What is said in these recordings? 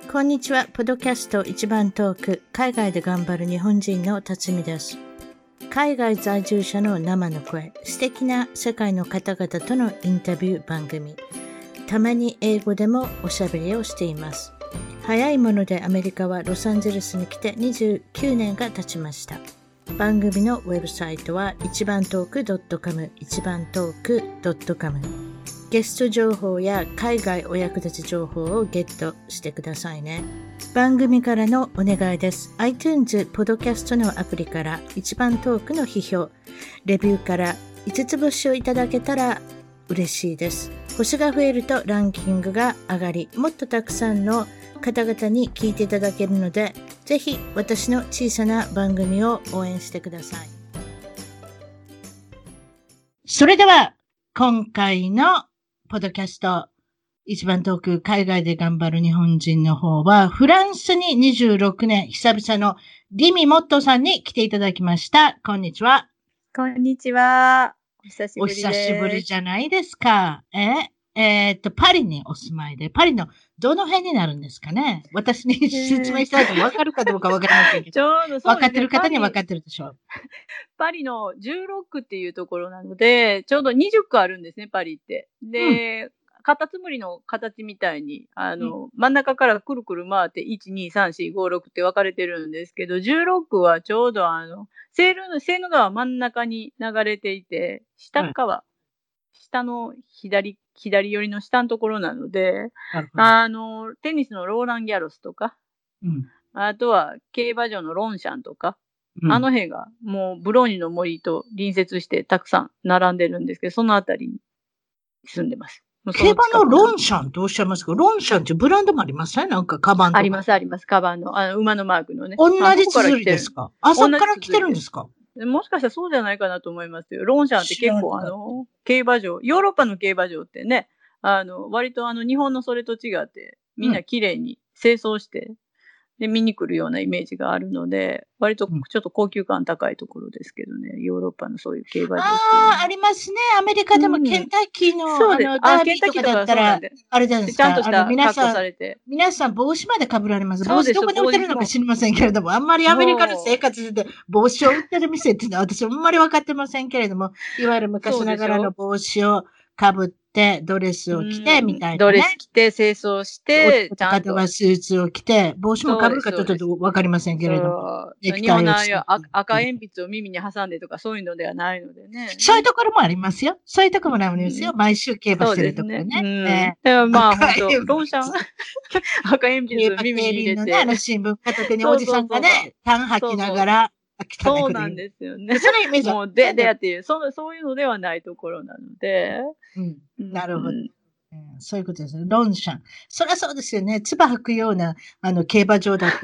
こんにちは。ポッドキャスト一番トーク、海外で頑張る日本人の辰巳です。海外在住者の生の声、素敵な世界の方々とのインタビュー番組。たまに英語でもおしゃべりをしています。早いものでアメリカはロサンゼルスに来て29年が経ちました。番組のウェブサイトは一番トーク .com、一番トーク .com。ゲスト情報や海外お役立ち情報をゲットしてくださいね。番組からのお願いです。iTunes ポッドキャストのアプリから一番トークの批評、レビューから5つ星をいただけたら嬉しいです。星が増えるとランキングが上がり、もっとたくさんの方々に聞いていただけるので、ぜひ私の小さな番組を応援してください。それでは今回のポッドキャスト一番トーク海外で頑張る日本人の方はフランスに26年久々のリミ・モットさんに来ていただきました。こんにちは。 こんにちは。お久しぶりです。 お久しぶりじゃないですか。パリにお住まいで、パリのどの辺になるんですかね。私に説明したいと分かるかどうか分かりませんけど。 ちょうどそうですね、 分かってる方には分かってるでしょう。 パリの16区っていうところなので、ちょうど20区あるんですね、パリって。で、カタツムリの形みたいに、真ん中からくるくる回って、1、2、3、4、5、6って分かれてるんですけど、16区はちょうどセーヌ川真ん中に流れていて、下の左寄りの下のところなので、テニスのローラン・ギャロスとか、あとは競馬場のロンシャンとか、あの辺がもうブローニュの森と隣接してたくさん並んでるんですけど、そのあたりに住んでます。 競馬のロンシャンとおっしゃいますか？ロンシャンってブランドもありますね。なんかカバンとか。 あります。カバンの、馬のマークのね。 同じ綴りですか？あそこから来てるんですか？ もしかしたらそうじゃないかなと思いますよ。ロンシャンって結構競馬場、ヨーロッパの競馬場ってね、割と日本のそれと違って、みんな綺麗に清掃して、で、見に来るようなイメージがあるので、割とちょっと高級感高いところですけどね、ヨーロッパのそういう競馬場。 ありますね。アメリカでもケンタッキーの、ダービーとかだったら、あれじゃないですか。 ちゃんとした格好されて。 皆さん帽子まで被られます。帽子どこで売ってるのか知りませんけれども、あんまりアメリカの生活で帽子を売ってる店っていうのは私あんまり分かってませんけれども、いわゆる昔ながらの帽子を被って、ドレスを着て、みたいな、ね。 ドレス着て、清掃して、 ちゃんと。方はスーツを着て、帽子も被るかちょっとわかりませんけれども。 日本の赤鉛筆を耳に挟んでとかそういうのではないのでね。 そういうところもありますよ。そういうところもあるんですよ。毎週競馬してるところね。 まあ本当、ロンシャン、赤鉛筆を耳に入れて。 新聞片手におじさんがね、痰吐きながら、 そうなんですよね。そのイメージもうでやっていう、そういうのではないところなので。 なるほど。そういうことですね。ロンシャン。そりゃそうですよね。唾吐くような、競馬場だった。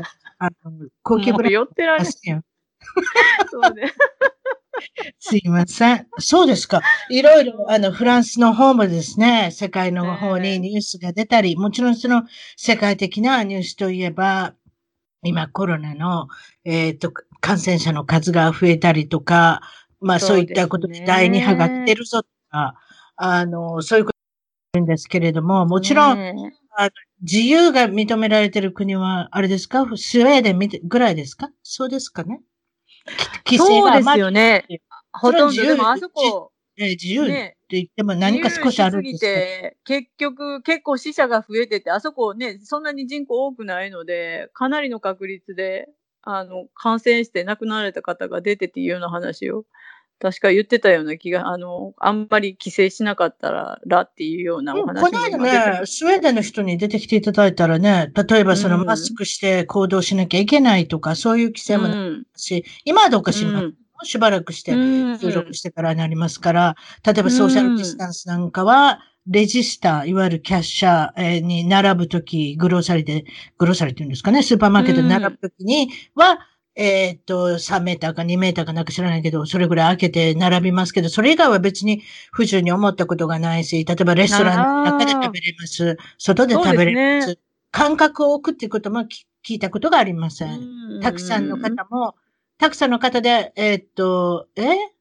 高級ブランド。 寄ってられる。そうね。 すいません。そうですか。いろいろ、フランスの方もですね、世界の方にニュースが出たり、もちろんその世界的なニュースといえば、今コロナの、感染者の数が増えたりとか、まあそういったことで第2波が来てるぞとか、そういうことなんですけれども、もちろん、自由が認められている国は、あれですか？スウェーデンぐらいですか？そうですかね？ そうですよね。ほとんど、でもあそこ、 自由って言っても何か少しあるんですけど、結局結構死者が増えてて、あそこね、そんなに人口多くないので、かなりの確率で、感染して亡くなられた方が出てっていうような話を、確か言ってたような気が、あんまり規制しなかったらっていうようなお話も。 この間ね、スウェーデンの人に出てきていただいたらね、例えばそのマスクして行動しなきゃいけないとか、そういう規制もないし、今はどうかします。しばらくして、収録してからになりますから、例えばソーシャルディスタンスなんかは、レジスター、いわゆるキャッシャーに並ぶとき、グローサリって言うんですかね、スーパーマーケットに並ぶときには、3メーターか2メーターかなんか知らないけど、それぐらい開けて並びますけど、それ以外は別に不自由に思ったことがないし、例えばレストランの中で食べれます。外で食べれます。間隔を置くっていうことも聞いたことがありません。たくさんの方で、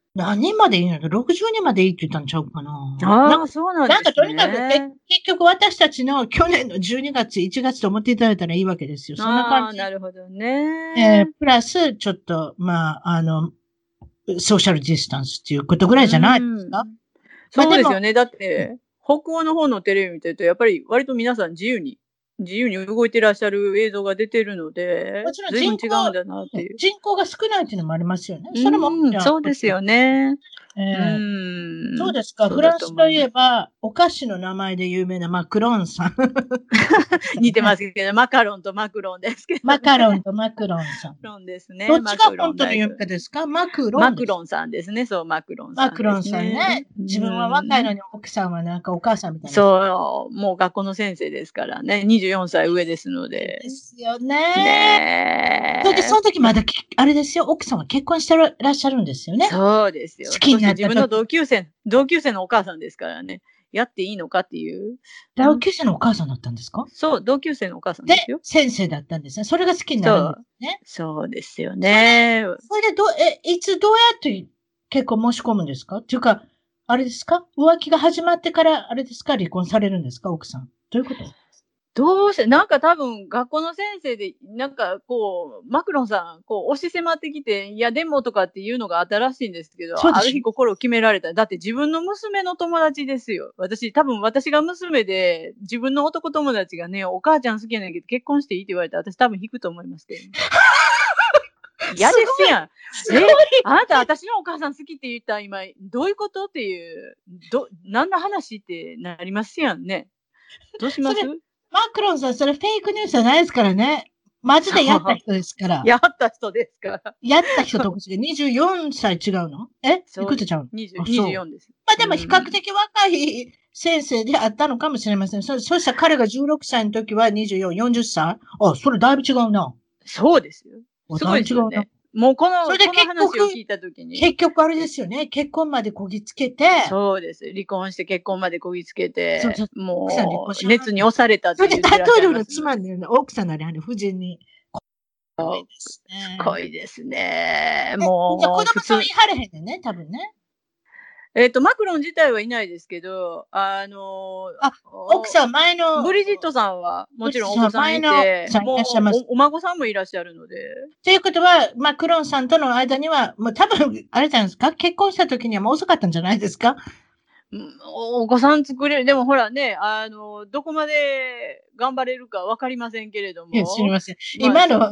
何人までいいの ?60 人までいいって言ったんちゃうかな。 ああ、そうなんですね。 とにかく結局私たちの去年の12月、1月と思っていただいたらいいわけですよ。そんな感じ。 なるほどね。 プラス、ちょっと、ソーシャルディスタンスっていうことぐらいじゃないですか。 そうですよね。だって、北欧の方のテレビ見てると、やっぱり割と皆さん自由に動いてらっしゃる映像が出てるので、 もちろん随分違うんだなっていう。 人口が少ないっていうのもありますよね。それもそうですよね。 そうですか。フランスといえば、お菓子の名前で有名なマクロンさん。 似てますけど、マカロンとマクロンですけど、ね。 マカロンとマクロンさん。 マクロンですね。 どっちが本当の読み方ですか？マクロン。 マクロンさんですね。そう、マクロンさん、ね。 マクロンさんね。自分は若いのに奥さんはなんかお母さんみたいな。 そう、もう学校の先生ですからね。24歳上ですので。 ですよね。ねえ。その時まだ、あれですよ、奥さんは結婚してらっしゃるんですよね。 そうですよ。 好きになった自分の同級生のお母さんですからね。やっていいのかっていう。 同級生のお母さんだったんですか？ そう、同級生のお母さんですよ。 で、先生だったんですね。それが好きになるんですね。 そうですよね。 それでいつどうやって結婚申し込むんですか？っていうか、あれですか？浮気が始まってから、あれですか？離婚されるんですか？奥さん。どういうこと？ どうして、なんか多分学校の先生で、なんかこう、マクロンさん、こう押し迫ってきて、いやでもとかっていうのがあったらしいんですけど、ある日心を決められた。だって自分の娘の友達ですよ。私が娘で、自分の男友達がね、お母ちゃん好きやねんけど結婚していいって言われたら、私多分引くと思いますけど、ね。嫌ですやん。あなた私のお母さん好きって言った今、どういうことっていう、何の話ってなりますやんね。どうします？ マクロンさん、それフェイクニュースじゃないですからね。マジでやった人ですから。 やった人ですから。 やった人と24歳違うの？いくつちゃうの ？24です。 でも比較的若い先生であったのかもしれません。そしたら彼が16歳の時は24、40歳？それだいぶ違うな。 そうですよ。すごいですよね。もうこの話を聞いたときに。 結局あれですよね。結婚までこぎつけて。 そうです。離婚して結婚までこぎつけて。もう、熱に押されたっていう。 それで例えるのつまんねえな。奥さんなり夫人に。 すごいですね。もう。 子供さん言い張れへんねんね、多分ね。 マクロン自体はいないですけど、 奥さん前の。 ブリジットさんは、もちろんお子さんいて、お孫さんもいらっしゃるので。 ということは、マクロンさんとの間には、もう多分、あれじゃないですか？結婚した時にはもう遅かったんじゃないですか？ お子さん作れる。でもほらね、どこまで頑張れるかわかりませんけれども。 知りません。今の、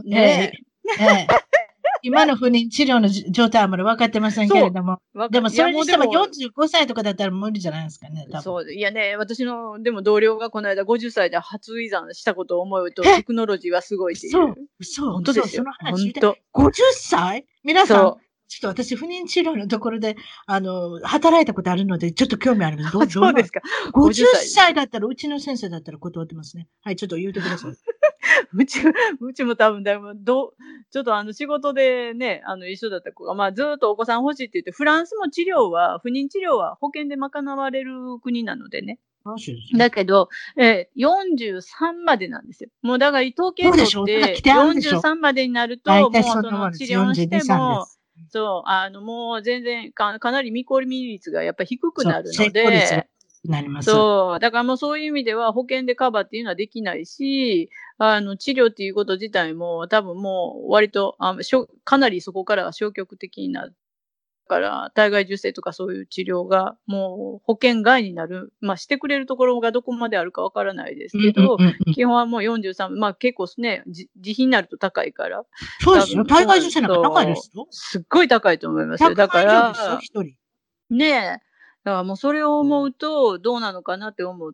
今の不妊治療の状態はまだ分かってませんけれども。でもそれにしても45歳とかだったら無理じゃないですかね、多分。 そう。いやね、私の、でも同僚がこの間50歳で初遺産したことを思うと、テクノロジーはすごいっていう。 そう。 本当ですよ。 本当。50歳？皆さん。ちょっと私、不妊治療のところで、働いたことあるので、ちょっと興味あります。 そうですか。 50歳だったら、うちの先生だったら断ってますね。はい、ちょっと言うてください。 うちも多分、ちょっと仕事でね、一緒だった子が、ずっとお子さん欲しいって言って、フランスも不妊治療は保険で賄われる国なのでね。だけど、43までなんですよ。もうだから統計取って、43までになると、もうその治療しても、そう、もう全然かなり未婚率がやっぱり低くなるので、そう。だからもうそういう意味では保険でカバーっていうのはできないし、治療っていうこと自体も多分もう割と、かなりそこからは消極的になる。から、体外受精とかそういう治療がもう保険外になる。してくれるところがどこまであるかわからないですけど、基本はもう43、結構ね、自費になると高いから。 そうですよ。体外受精なんか高いですよ。 すっごい高いと思いますよ。だから、ねえ。だからもうそれを思うとどうなのかなって思って、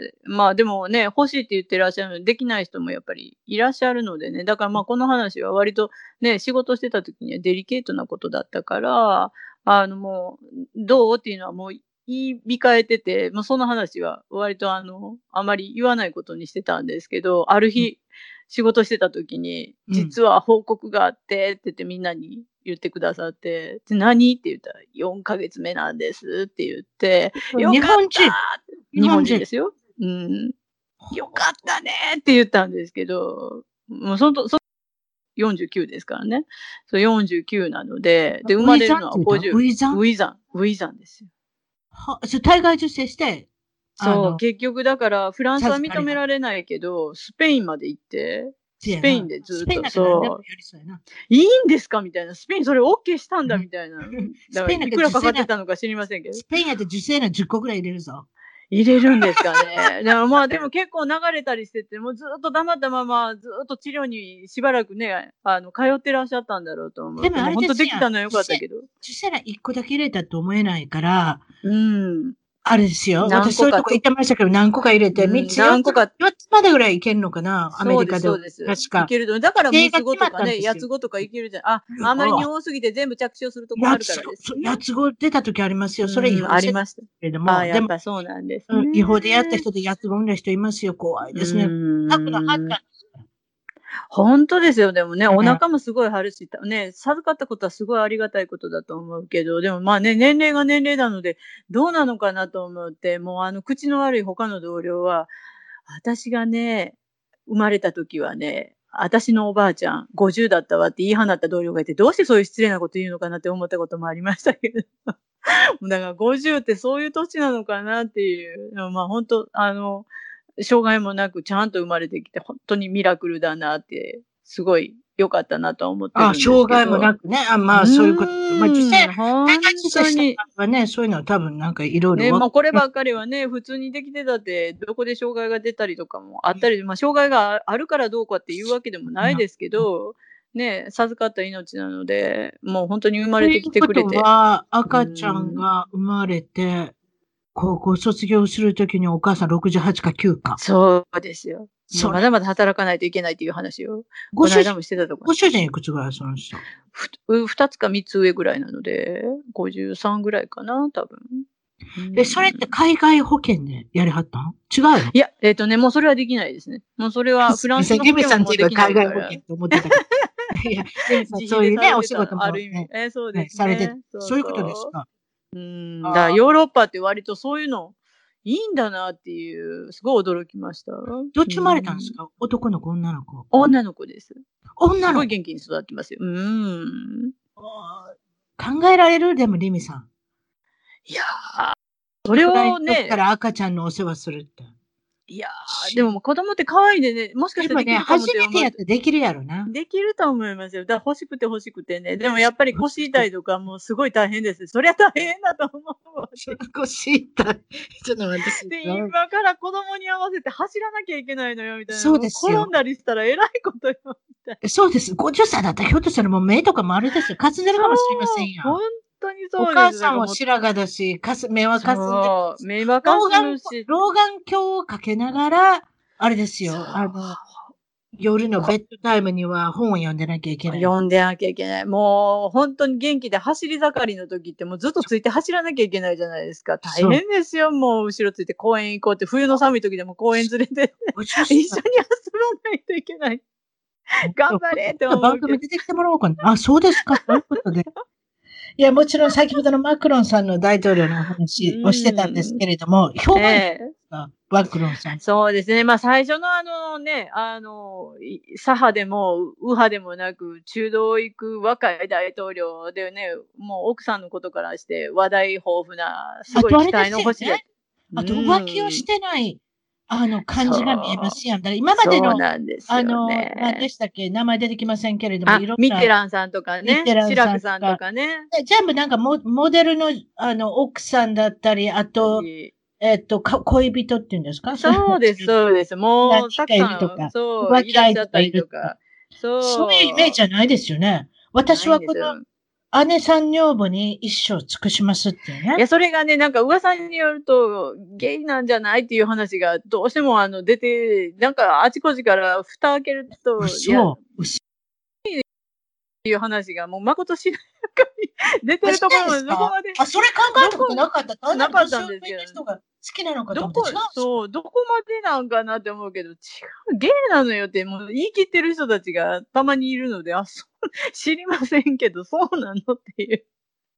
でもね、欲しいって言ってらっしゃるので、できない人もやっぱりいらっしゃるのでね、だからこの話は割とね、仕事してた時にはデリケートなことだったから、もう、どうっていうのはもう言い控えてて、その話は割とあまり言わないことにしてたんですけど、ある日、仕事してた時に、実は報告があってって言ってみんなに言ってくださって、何って言ったら、4ヶ月目なんですって言って、よかった日本人ですよ。うん。よかったねって言ったんですけど、もう 49ですからね。そう、49なので、で、生まれるのは50。 ウィザンウィザン。ウィザンですよ。 体外受精して、 そう、結局だから、フランスは認められないけど、スペインまで行って、スペインでずっと、そう。いいんですかみたいな。スペインそれ OK したんだみたいな。だからいくらかかってたのか知りませんけど。 スペインやって受精卵10個ぐらい入れるぞ。 入れるんですかね。でもまあでも結構流れたりしてて、もうずっと黙ったまま、ずっと治療にしばらくね、通ってらっしゃったんだろうと思う。 でもあれですよ。 本当できたのはよかったけど。 受精卵1個だけ入れたと思えないから、 うん。 あれですよ。私そういうとこ行ってましたけど、何個か入れて、3つ、4つまでぐらいいけるのかな、アメリカで。 そうです。確か。いけると。だから6つ子とかね、8つ子とかいけるじゃん。あんまりに多すぎて全部着床するとこあるからです。 8つ子出た時ありますよ。それ違法ありました。 けれども。 やっぱそうなんです。 違法でやった人で8つ子産んだ人いますよ。怖いですね。 本当ですよ。でもね、お腹もすごい張るし、ね、授かったことはすごいありがたいことだと思うけど、でもまあね、年齢が年齢なので、どうなのかなと思って、もう口の悪い他の同僚は、私がね、生まれた時はね、私のおばあちゃん50だったわって言い放った同僚がいて、どうしてそういう失礼なこと言うのかなって思ったこともありましたけど。だから50ってそういう年なのかなっていう、まあ本当、障害もなくちゃんと生まれてきて、本当にミラクルだなって、すごい良かったなと思ってるんですけど。 障害もなくね。まあそういうこと。まあ実際、本当に。ね、そういうのは多分なんかいろいろ。 ね、まあこればっかりはね、普通にできてたって、どこで障害が出たりとかもあったり、まあ障害があるからどうかっていうわけでもないですけど、ね、授かった命なので、もう本当に生まれてきてくれて。 ということは、赤ちゃんが生まれて、高校卒業するときにお母さん68か9か。 そうですよ。まだまだ働かないといけないっていう話を。この間もしてたとこ。 ご主人いくつぐらいその人 ？2つか3つ上ぐらいなので、53ぐらいかな、多分。 それって海外保険でやりはったん？違うよ。 いや、もうそれはできないですね。もうそれはフランスの保険もできないから。 海外保険と思ってたけど。いや、そういうね、お仕事もある意味。そうですね。 されて、そういうことですか。 だからヨーロッパって割とそういうのいいんだなっていう、すごい驚きました。 どっち生まれたんですか？男の子、女の子？ 女の子です。 女の子？ すごい元気に育ってますよ。 考えられる？でも、リミさん。 いやー、それをね。 から赤ちゃんのお世話するって。 いやー、でも子供って可愛いでね、もしかしたらできるかもって初めてやってできるやろな。 できると思いますよ。だから欲しくてね。でもやっぱり腰痛いとかもうすごい大変です。そりゃ大変だと思う。 腰痛い。ちょっと待って。 で、今から子供に合わせて走らなきゃいけないのよ、みたいな。 そうですよ。 転んだりしたら偉いことよ、みたいな。そうです。50歳だったらひょっとしたらもう目とかもあれですよ。かすんでるかもしれませんよ。 本当にそうです。 お母さんは白髪だし、目はかすんでる。 目はかすむし。 老眼鏡をかけながら、あれですよ。夜のベッドタイムには本を読んでなきゃいけない。 読んでなきゃいけない。もう本当に元気で走り盛りの時ってもうずっとついて走らなきゃいけないじゃないですか。大変ですよ。もう後ろついて公園行こうって、冬の寒い時でも公園連れて一緒に遊ばないといけない。頑張れって思う。 番組出てきてもらおうかな。そうですか。ということで。いや、もちろん先ほどのマクロンさんの大統領のお話をしてたんですけれども、評判ですか、マクロンさん。 そうですね。まあ最初の左派でも右派でもなく、中道行く若い大統領でね、もう奥さんのことからして話題豊富な、すごい期待の星で。 あと浮気をしてない感じが見えますやん。だから今までの、何でしたっけ、名前出てきませんけれども、 ミッテランさんとかね、シラクさんとかね。 全部なんかモデルの、奥さんだったり、あと、恋人っていうんですか？ そうです、そうです。もう、たくさん、そう、いらっしゃったりとか。 そういうイメージじゃないですよね。私はこの、姉さん女房に一生尽くしますっていうね。 いや、それがね、なんか噂によると、ゲイなんじゃないっていう話がどうしても出て、なんかあちこちから蓋開けると、っていう話がもう誠しなやかに出てるところまでどこまで。 それ考えたことなかった。 なかったんですけど。 人が好きなのかと思って違う。 そう、どこまでなんかなって思うけど、違う、ゲイなのよってもう言い切ってる人たちがたまにいるので、知りませんけど、そうなのっていう。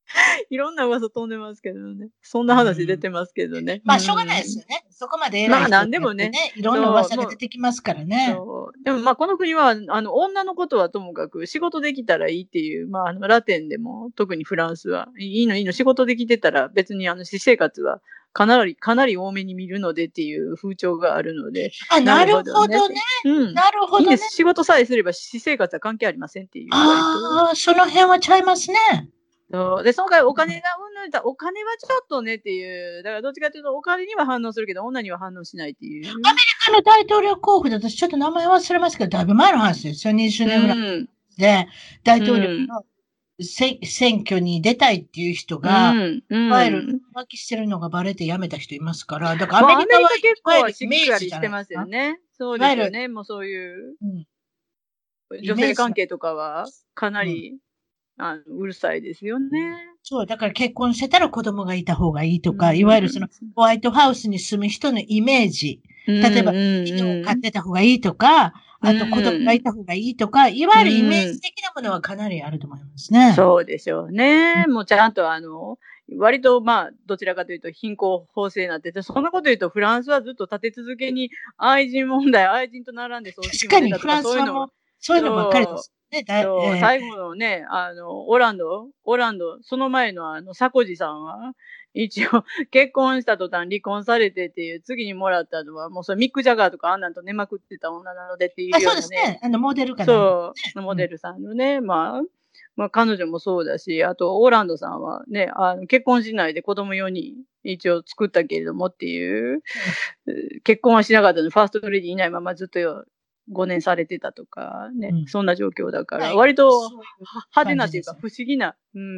いろんな噂飛んでますけどね。そんな話出てますけどね。 まあ、しょうがないですよね。そこまで偉い人なんでもね。 いろんな噂が出てきますからね。 でもまあ、この国は、女のことはともかく仕事できたらいいっていう、まあ、ラテンでも、特にフランスは、いいの、仕事できてたら別に私生活はかなり多めに見るのでっていう風潮があるので。 なるほどね。なるほどね。 いいんです。仕事さえすれば私生活は関係ありませんっていう。 ああ、その辺はちゃいますね。 で、その代わりお金がお金はちょっとねっていう、だからどっちかというとお金には反応するけど、女には反応しないっていう。アメリカの大統領候補で私ちょっと名前忘れますけど、だいぶ前の話ですよ。20年ぐらいで、大統領の選挙に出たいっていう人が、いわゆる浮気してるのがバレて辞めた人いますから、だからアメリカは結構しっかりしてますよね。そうですよね。もうそういう、女性関係とかはかなり、うるさいですよね。 そう、だから結婚してたら子供がいた方がいいとか、いわゆるそのホワイトハウスに住む人のイメージ、例えば犬を飼ってた方がいいとか、あと子供がいた方がいいとか、いわゆるイメージ的なものはかなりあると思いますね。 そうでしょうね。もうちゃんと割とまあ、どちらかというと貧困法制になってて、そんなこと言うとフランスはずっと立て続けに愛人と並んでそう確かにフランスはもうそういうのばっかりです。 最後のね、オランド、その前のサコジさんは、一応、結婚した途端離婚されてっていう、次にもらったのは、もうそれミック・ジャガーとかあんなんと寝まくってた女なのでっていうようなね。 そうですね。モデルかな、 そう、モデルさんのね、まあ、彼女もそうだし、あと、オーランドさんはね、結婚しないで子供4人一応作ったけれどもっていう、結婚はしなかったので、ファーストレディいないままずっと5年されてたとかね、そんな状況だから、割と派手なというか不思議な、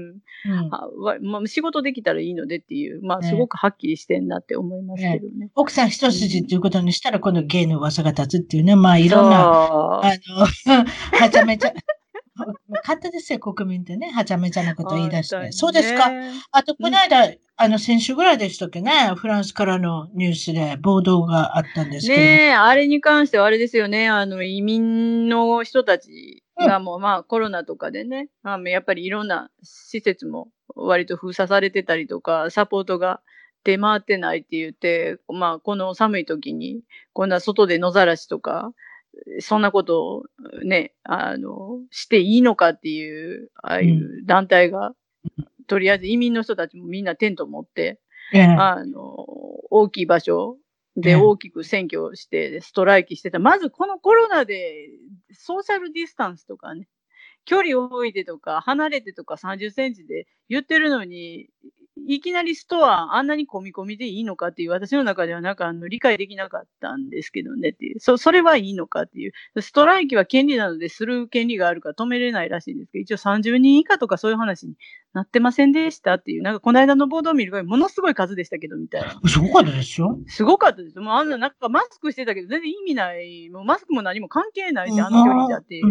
仕事できたらいいのでっていう、まあすごくはっきりしてんなって思いますけどね。 奥さん一筋っていうことにしたら、今度ゲイの噂が立つっていうね、まあいろんな、はちゃめちゃ、勝手ですよ、国民ってね。はちゃめちゃなこと言い出して。そうですか。あと、この間、先週ぐらいでしたっけね、フランスからのニュースで暴動があったんですけど。 ねえ、あれに関してはあれですよね、移民の人たちがもう、まあコロナとかでね、やっぱりいろんな施設も割と封鎖されてたりとか、サポートが出回ってないって言って、まあこの寒い時に、こんな外で野ざらしとか、そんなことをね、していいのかっていう、ああいう団体が、とりあえず移民の人たちもみんなテント持って、大きい場所で大きく選挙をしてストライキしてた。まずこのコロナでソーシャルディスタンスとかね、距離を置いてとか離れてとか30センチで言ってるのに、いきなりストアあんなに込み込みでいいのかっていう、私の中ではなんか理解できなかったんですけどねっていう。それはいいのかっていう。ストライキは権利なのでする権利があるから止めれないらしいんですけど、一応30人以下とかそういう話になってませんでしたっていう。なんかこの間の報道を見る限りものすごい数でしたけどみたいな。 すごかったですよ。 すごかったです。もうなんかマスクしてたけど全然意味ない。もうマスクも何も関係ないし、距離じゃっていう。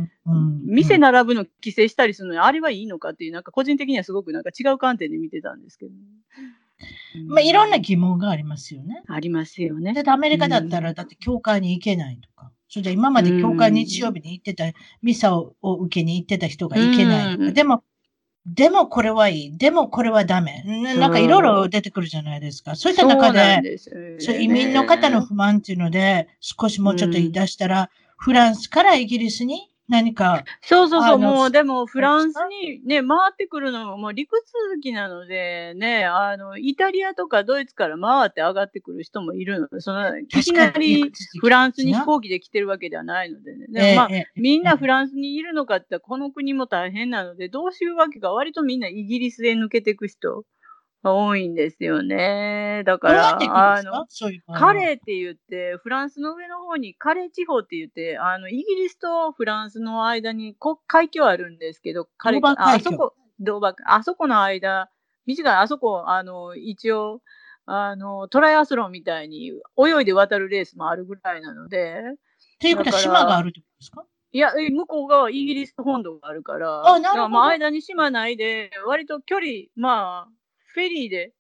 店並ぶの規制したりするのに、あれはいいのかっていう、なんか個人的にはすごくなんか違う観点で見てたんですけど。 まあ、いろんな疑問がありますよね。 ありますよね。 だってアメリカだったら、だって教会に行けないとか。それで今まで教会日曜日に行ってた、ミサを受けに行ってた人が行けないとか。でもこれはいい。でもこれはダメ。なんかいろいろ出てくるじゃないですか。そういった中で、移民の方の不満っていうので、少しもうちょっと言い出したら、フランスからイギリスに何か。 そう、もうでもフランスにね、回ってくるのももう陸続きなので、ね、イタリアとかドイツから回って上がってくる人もいるので、いきなりフランスに飛行機で来てるわけではないのでね。でもまあ、みんなフランスにいるのかってこの国も大変なので、どうしようわけか割とみんなイギリスへ抜けていく人。多いんですよね。だから、カレーって言って、フランスの上の方にカレー地方って言って、イギリスとフランスの間に海峡あるんですけど、あそこの間、短い、あそこ、一応、トライアスロンみたいに泳いで渡るレースもあるぐらいなので。 っていうことは島があるってことですか？ いや、向こう側イギリス本土があるから、まあ間に島ないで、割と距離、まあ、フェリーで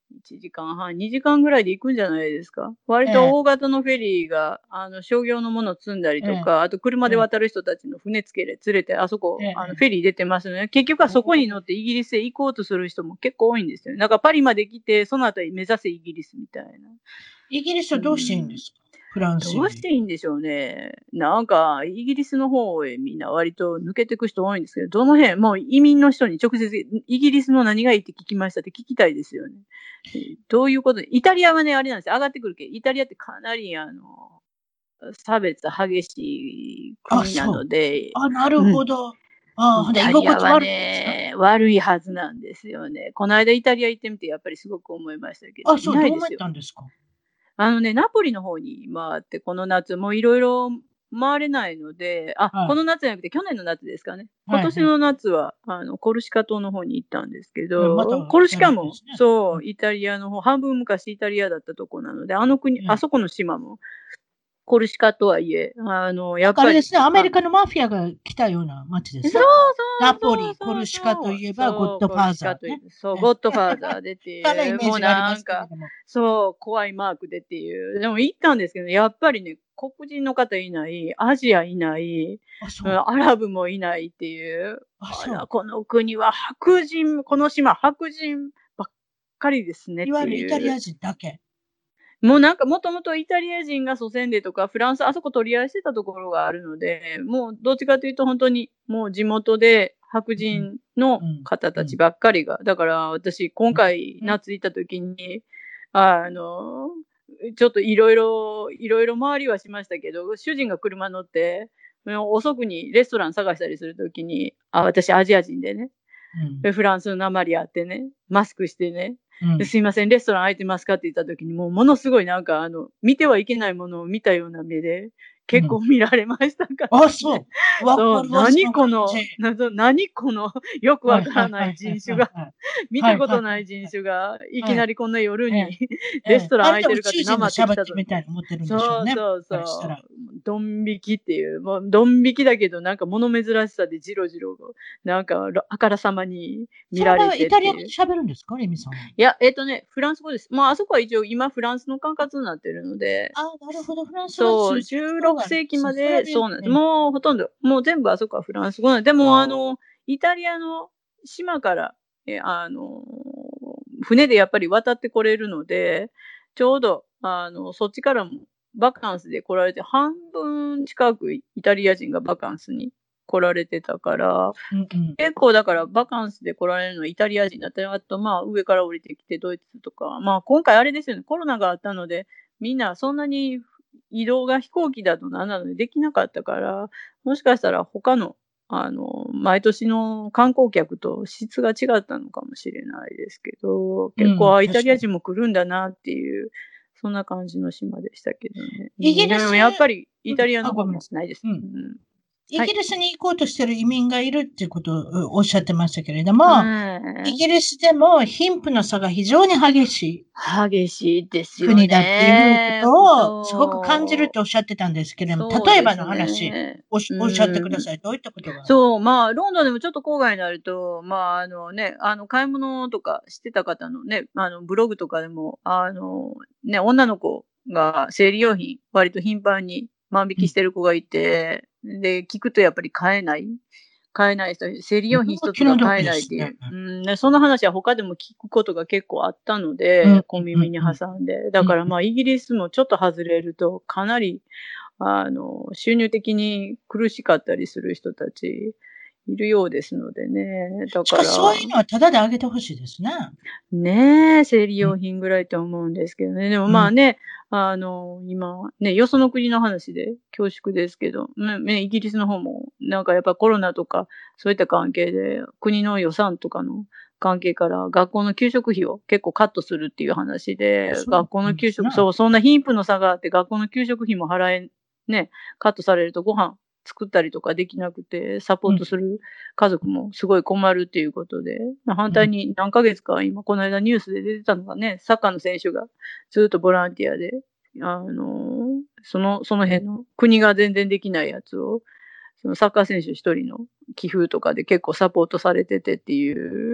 1時間半、2時間ぐらいで行くんじゃないですか。割と大型のフェリーが、商業のものを積んだりとか、あと車で渡る人たちの船連れて、あそこ、フェリー出てますね。結局はそこに乗ってイギリスへ行こうとする人も結構多いんですよね。なんかパリまで来て、その後に目指せイギリスみたいな。 イギリスはどうしていいんですか、フランスより。 どうしていいんでしょうね。なんか、イギリスの方へみんな割と抜けていく人多いんですけど、どの辺、もう移民の人に直接、イギリスの何がいいって聞きましたって聞きたいですよね。どういうことで、イタリアはね、あれなんですよ。上がってくるけど、イタリアってかなり、差別激しい国なので。 なるほど。 イタリアはね、悪いはずなんですよね。この間イタリア行ってみて、やっぱりすごく思いましたけど。 そう、どう思ったんですか？ ナポリの方に回って、この夏、もういろいろ回れないので、この夏じゃなくて去年の夏ですかね。今年の夏は、コルシカ島の方に行ったんですけど、コルシカも、そう、イタリアの方、半分昔イタリアだったとこなので、あそこの島も、コルシカとはいえ、やっぱり。 あれですね、アメリカのマフィアが来たような街ですね。 そうナポリ、コルシカといえば、ゴッドファーザー、ね。 そう、ゴッドファーザーでっていう、もうなんか、そう、怖いマークでっていう。でも行ったんですけど、やっぱりね、黒人の方いない、アジアいない、アラブもいないっていう。この国は白人、この島白人ばっかりですねっていう。 いわゆるイタリア人だけ。 もうなんかもともとイタリア人が祖先でとか、フランス、あそこ取り合いしてたところがあるので、もうどっちかというと本当にもう地元で白人の方たちばっかりが、だから私今回夏行った時に、ちょっといろいろ回りはしましたけど、主人が車乗って、遅くにレストラン探したりするときに、私アジア人でね、フランスの訛りあってね、マスクしてね、すいません、レストラン空いてますかって言った時に、もうものすごいなんか、見てはいけないものを見たような目で、結構見られましたから、 ね。そう。 そう、何この、よくわからない人種が、見たことない人種が、いきなりこんな夜に、レストラン空いてるかって生ってきたと。そう。ドン引きっていう、もうドン引きだけど、なんか物珍しさでじろじろ、なんかあからさまに見られて。 イタリア語喋るんですか、レミさん。いや、フランス語です。まあ、あそこは一応今フランスの管轄になってるので。 なるほど、フランス語。そう、16世紀まで、そうなんです。もうほとんど、もう全部あそこはフランス語なんで、でもイタリアの島から、船でやっぱり渡ってこれるので、ちょうど、そっちからもバカンスで来られて、半分近くイタリア人がバカンスに来られてたから、結構だからバカンスで来られるのはイタリア人だったり、あとまあ上から降りてきてドイツとか、まあ今回あれですよね、コロナがあったので、みんなそんなに移動が飛行機だとなんなのでできなかったから、もしかしたら他の、毎年の観光客と質が違ったのかもしれないですけど、結構イタリア人も来るんだなっていう、そんな感じの島でしたけどね。 イギリスやっぱりイタリアの方もないです。 イギリスに行こうとしている移民がいるっていうことをおっしゃってましたけれども、イギリスでも貧富の差が非常に激しい。 激しいですよね。 国だっていうことをすごく感じるとおっしゃってたんですけれども、例えばの話、おっしゃってください。どういったことが？ そう、まあ、ロンドンでもちょっと郊外になると、まあ、買い物とかしてた方のね、ブログとかでも、女の子が生理用品、割と頻繁に万引きしてる子がいて、で、聞くとやっぱり買えない人、生理用品一つが買えないっていう。その話は他でも聞くことが結構あったので、小耳に挟んで。だからまあ、イギリスもちょっと外れると、かなり、収入的に苦しかったりする人たちいるようですのでね。だから。 そういうのはタダであげてほしいですね。 ねえ、生理用品ぐらいと思うんですけどね。でもまあね、今、ね、よその国の話で恐縮ですけど、ね、イギリスの方も、なんかやっぱコロナとか、そういった関係で、国の予算とかの関係から学校の給食費を結構カットするっていう話で、学校の給食、そんな貧富の差があって学校の給食費もカットされるとご飯作ったりとかできなくて、サポートする家族もすごい困るっていうことで、反対に何ヶ月か今、この間ニュースで出てたのがね、サッカーの選手がずっとボランティアで、その辺の国が全然できないやつを、 そのサッカー選手一人の寄付とかで結構サポートされててっていう。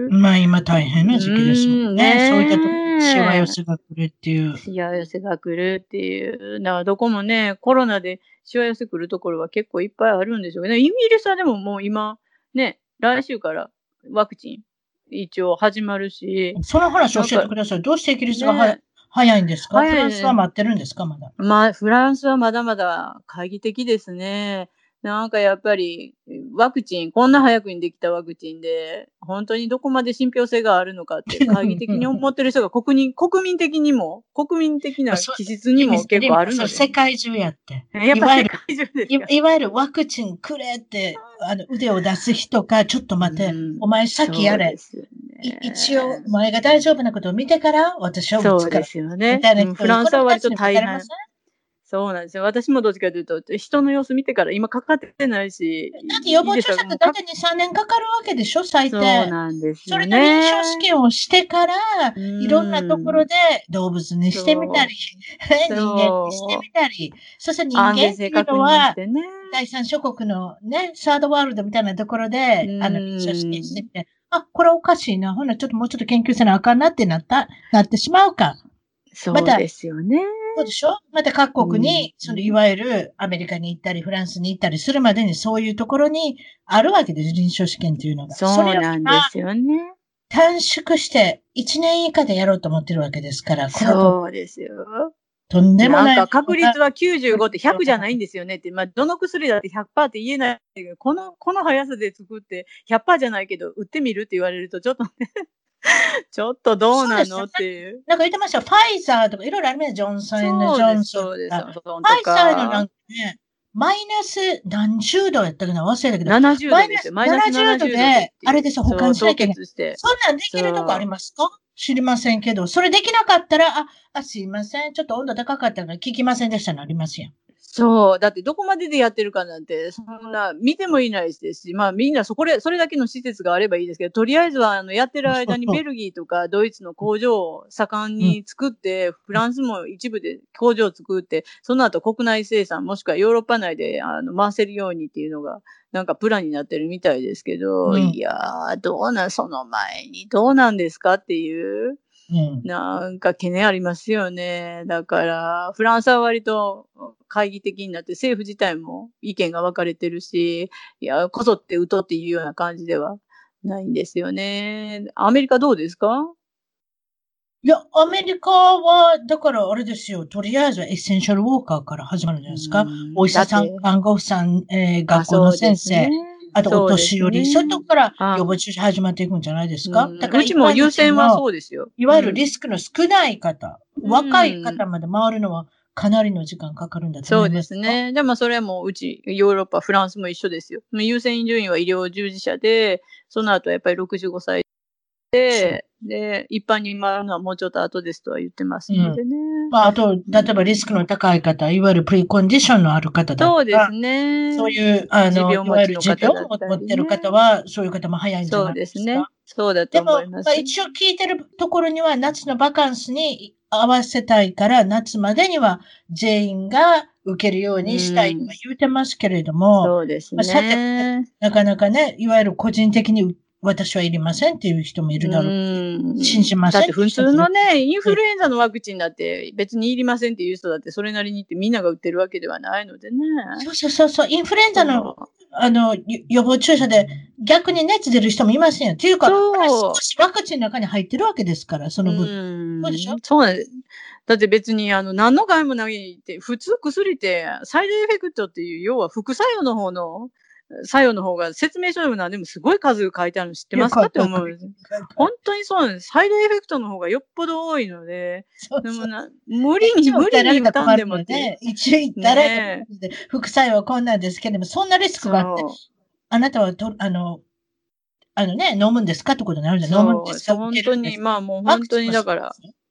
まあ今大変な時期ですもんね。 ねそういったところにしわ寄せが来るっていう。 しわ寄せが来るっていう。だからどこもね、コロナでしわ寄せ来るところは結構いっぱいあるんでしょうね。イギリスはでももう今、ね、来週からワクチン一応始まるし。 その話教えてください。どうしてイギリスが早いんですか？フランスは待ってるんですかまだ。 フランスはまだまだ懐疑的ですね。なんかやっぱりワクチン、こんな早くにできたワクチンで、本当にどこまで信憑性があるのかって懐疑的に思ってる人が国民的にも、国民的な気質にも結構あるので。 世界中やって。 やっぱ世界中ですか。 いわゆるワクチンくれって、腕を出す人か、ちょっと待って、お前先やれ。一応、お前が大丈夫なことを見てから、私は打つから。 そうですよね。フランスは割と大変。そうなんですよ。私もどっちかというと、人の様子見てから今かかってないし。 だって予防注射って大体2、3年かかるわけでしょ、最低。 そうなんですよね。 それの臨床試験をしてから、いろんなところで動物にしてみたり、人間にしてみたり、そして人間っていうのは、第三諸国のね、サードワールドみたいなところで、臨床試験してみて、これおかしいな。ほな、ちょっともうちょっと研究せなあかんなってなってしまうか。 そうですよね。 そうでしょ？また各国に、いわゆるアメリカに行ったり、フランスに行ったりするまでに、そういうところにあるわけです、臨床試験っていうのが。 そうなんですよね。 短縮して1年以下でやろうと思ってるわけですから。 そうですよ。 とんでもない。 なんか確率は95って100じゃないんですよねって。どの薬だって 100% って言えないけど、この速さで作って 100% じゃないけど、打ってみるって言われると、ちょっとね。ちょっとどうなのっていう。 なんか言ってましたよ。ファイザーとかいろいろあるね。ジョンソン&ジョンソン。 そうです。ファイザーのなんかね、マイナス何十度やったかな忘れたけど。 70度ですよ。マイナス 70度で、あれですよ、保管しなきゃいけない。そんなんできるとこありますか？知りませんけど、それできなかったら、すいません。ちょっと温度高かったから聞きませんでしたのありますやん。 そう。だってどこまででやってるかなんて、そんな、見てもいないですし、みんなそれだけの施設があればいいですけど、とりあえずは、やってる間にベルギーとかドイツの工場を盛んに作って、フランスも一部で工場を作って、その後国内生産、もしくはヨーロッパ内で、回せるようにっていうのが、なんかプランになってるみたいですけど、いやー、その前にどうなんですかっていう。なんか懸念ありますよね。だから、フランスは割と懐疑的になって、政府自体も意見が分かれてるし、いや、こぞって打とうっていうような感じではないんですよね。アメリカどうですか？ いや、アメリカは、だからあれですよ、とりあえずエッセンシャルウォーカーから始まるんじゃないですか。お医者さん、看護婦さん、学校の先生。あと、お年寄り。そういうとこから予防注射始まっていくんじゃないですか。 だからうちも優先はそうですよ。 いわゆるリスクの少ない方、若い方まで回るのはかなりの時間かかるんだと思います。 そうですね。でもそれはもううち、ヨーロッパ、フランスも一緒ですよ。優先順位は医療従事者で、その後やっぱり65歳で、一般に回るのはもうちょっと後ですとは言ってますのでね。 あと、例えばリスクの高い方、いわゆるプリコンディションのある方だとか。 そうですね。 そういう、いわゆる持病を持ってる方は、そういう方も早いんじゃないですか。 そうですね。そうだと思います。 でも、一応聞いてるところには、夏のバカンスに合わせたいから、夏までには全員が受けるようにしたいとは言うてますけれども、 そうですね。 さて、なかなかね、いわゆる個人的に私はいりませんっていう人もいるだろう。信じません。 だって普通のね、インフルエンザのワクチンだって別にいりませんっていう人だってそれなりにってみんなが打ってるわけではないのでね。 そう。インフルエンザの、予防注射で逆に熱出る人もいませんよ。っていうか、少しワクチンの中に入ってるわけですから、その分。そうでしょ？ そうなんです。だって別に何の害もないって、普通薬ってサイドエフェクトっていう、要は副作用の方の、作用の方が説明書でも何でもすごい数書いてあるの知ってますかって思う。本当にそうなんです。サイドエフェクトの方がよっぽど多いので、でも無理に打たんでもね。一応言ったら、副作用はこんなんですけども、そんなリスクがあって、あなたは飲むんですかってことになるんで、飲むんですか？ 本当に、もう本当にだから、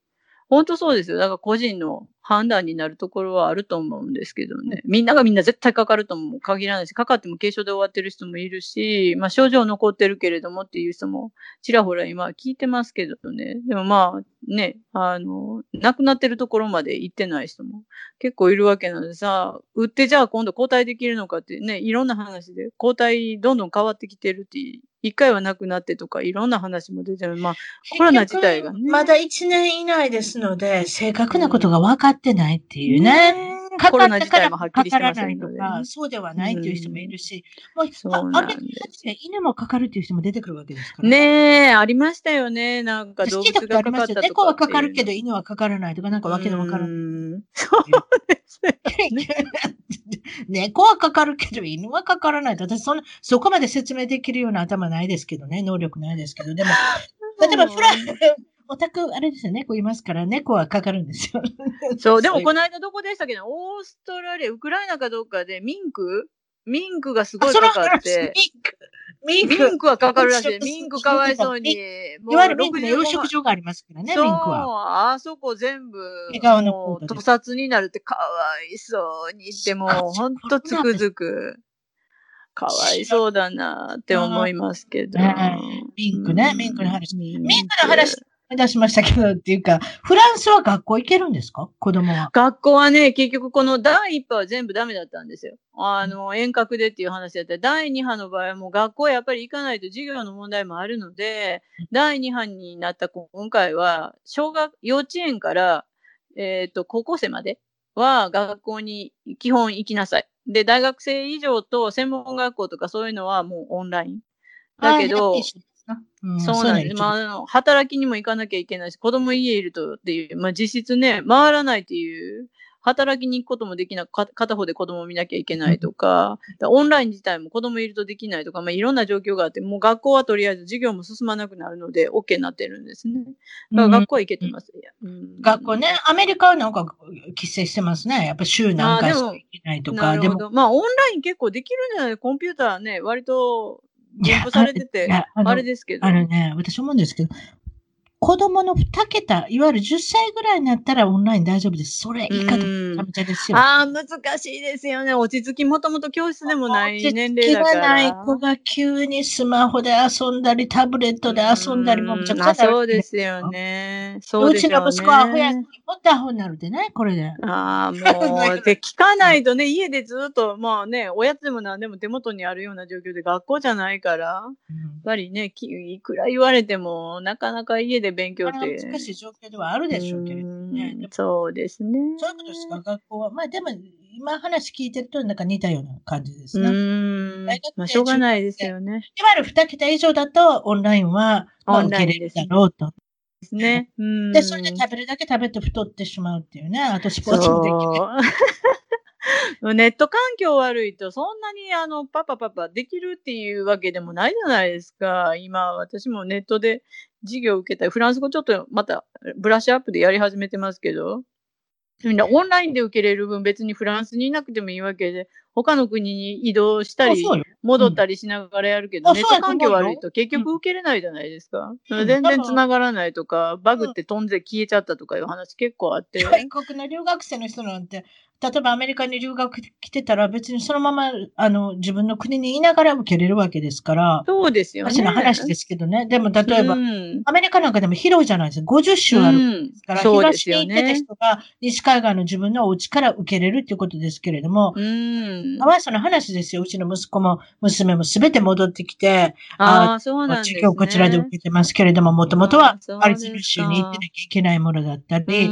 本当そうですよ。だから個人の判断になるところはあると思うんですけどね。みんながみんな絶対かかるとも限らないし、かかっても軽症で終わってる人もいるし、まあ症状残ってるけれどもっていう人もちらほら今聞いてますけどね。でもまあね、亡くなってるところまで行ってない人も結構いるわけなのでさ、打ってじゃあ今度抗体できるのかってね、いろんな話で抗体どんどん変わってきてるって一回はなくなってとかいろんな話も出てる。まあコロナ自体がね。 まだ1年以内ですので、正確なことが分かってないっていうね。 コロナ自体もはっきりしてませんので、 かからないとか、そうではないっていう人もいるし、もう、 そうなんです。 犬もかかるっていう人も出てくるわけですからねえ、ありましたよね。なんか動聞いた物ことありますよ。 がかかったとか。 猫はかかるけど犬はかからないとか、なんかわけのわからない。 そうですよね。 猫はかかるけど犬はかからないと。私そこまで説明できるような頭ないですけどね。能力ないですけど。でも、例えばオタク、あれですよね。猫いますから、猫はかかるんですよ。 そう、でもこの間どこでしたっけど、オーストラリア、ウクライナかどうかでミンクがすごいかかって。ミンクはかかるらしい。ミンクかわいそうに。 いわゆるミンクの養殖場がありますからね、ミンクは。 そう、あそこ全部、もう、屠殺になるってかわいそうにって、もう、ほんとつくづく。かわいそうだなって思いますけど。 ミンクね、ミンクの話。ミンクの話出しましたけどっていうか、フランスは学校行けるんですか？子供は。 学校はね、結局この第1波は全部ダメだったんですよ。遠隔でっていう話だったら、第2波の場合はもう学校やっぱり行かないと授業の問題もあるので、第2波になった今回は、幼稚園から、高校生までは学校に基本行きなさい。で、大学生以上と専門学校とかそういうのはもうオンライン。だけど、そうなんです。まあ、働きにも行かなきゃいけないし、子供家いるとっていう、まあ実質ね、回らないっていう、働きに行くこともできなく、片方で子供を見なきゃいけないとか、オンライン自体も子供いるとできないとか、まあいろんな状況があって、もう学校はとりあえず授業も進まなくなるので、OK になってるんですね。だから学校は行けてます。 学校ね、アメリカはなんか規制してますね。やっぱ週何回しか行けないとか。 でも、まあオンライン結構できるんじゃない？コンピューターね、割と、分布されてて、あれですけど。 私思うんですけど、子供の2桁、いわゆる10歳ぐらいになったらオンライン大丈夫です。それ以下とめちゃめちゃですよ。 難しいですよね。落ち着きもともと教室でもない年齢だから。落ち着きがない子が急にスマホで遊んだり、タブレットで遊んだりもめちゃくちゃなる。 そうですよね。そうですよね。 うちの息子はアホやもっとアホになるでね、これで。 もう、で、聞かないとね、家でずっと、まあね、おやつでも何でも手元にあるような状況で学校じゃないから、やっぱりね、いくら言われても、なかなか家で勉強って。 難しい状況ではあるでしょうけれどね。 そうですね。 そういうことですか、学校は。まあでも、今話聞いてると、なんか似たような感じですね。 まあしょうがないですよね。 いわゆる2桁以上だと、オンラインは、受けれるだろうと。 ですね。 で、それで食べるだけ食べて太ってしまうっていうね。あとスポーツもできる。ネット環境悪いと、そんなにパパできるっていうわけでもないじゃないですか。今、私もネットで授業を受けたり、フランス語ちょっとまたブラッシュアップでやり始めてますけど、みんなオンラインで受けれる分別にフランスにいなくてもいいわけで、他の国に移動したり、戻ったりしながらやるけど、ネット環境悪いと結局受けれないじゃないですか。全然繋がらないとか、バグって飛んで消えちゃったとかいう話結構あって。 外国の留学生の人なんて、例えばアメリカに留学来てたら別にそのまま自分の国にいながら受けれるわけですから。 そうですよね。 私の話ですけどね。でも例えば、アメリカなんかでも広いじゃないですか。50州あるんですから、東に行ってた人が西海岸の自分のお家から受けれるっていうことですけれども、かわいそうな話ですよ。うちの息子も娘もすべて戻ってきて、 そうなんですね。 授業こちらで受けてますけれども、もともとはアリゾナ州に行ってなきゃいけないものだったり、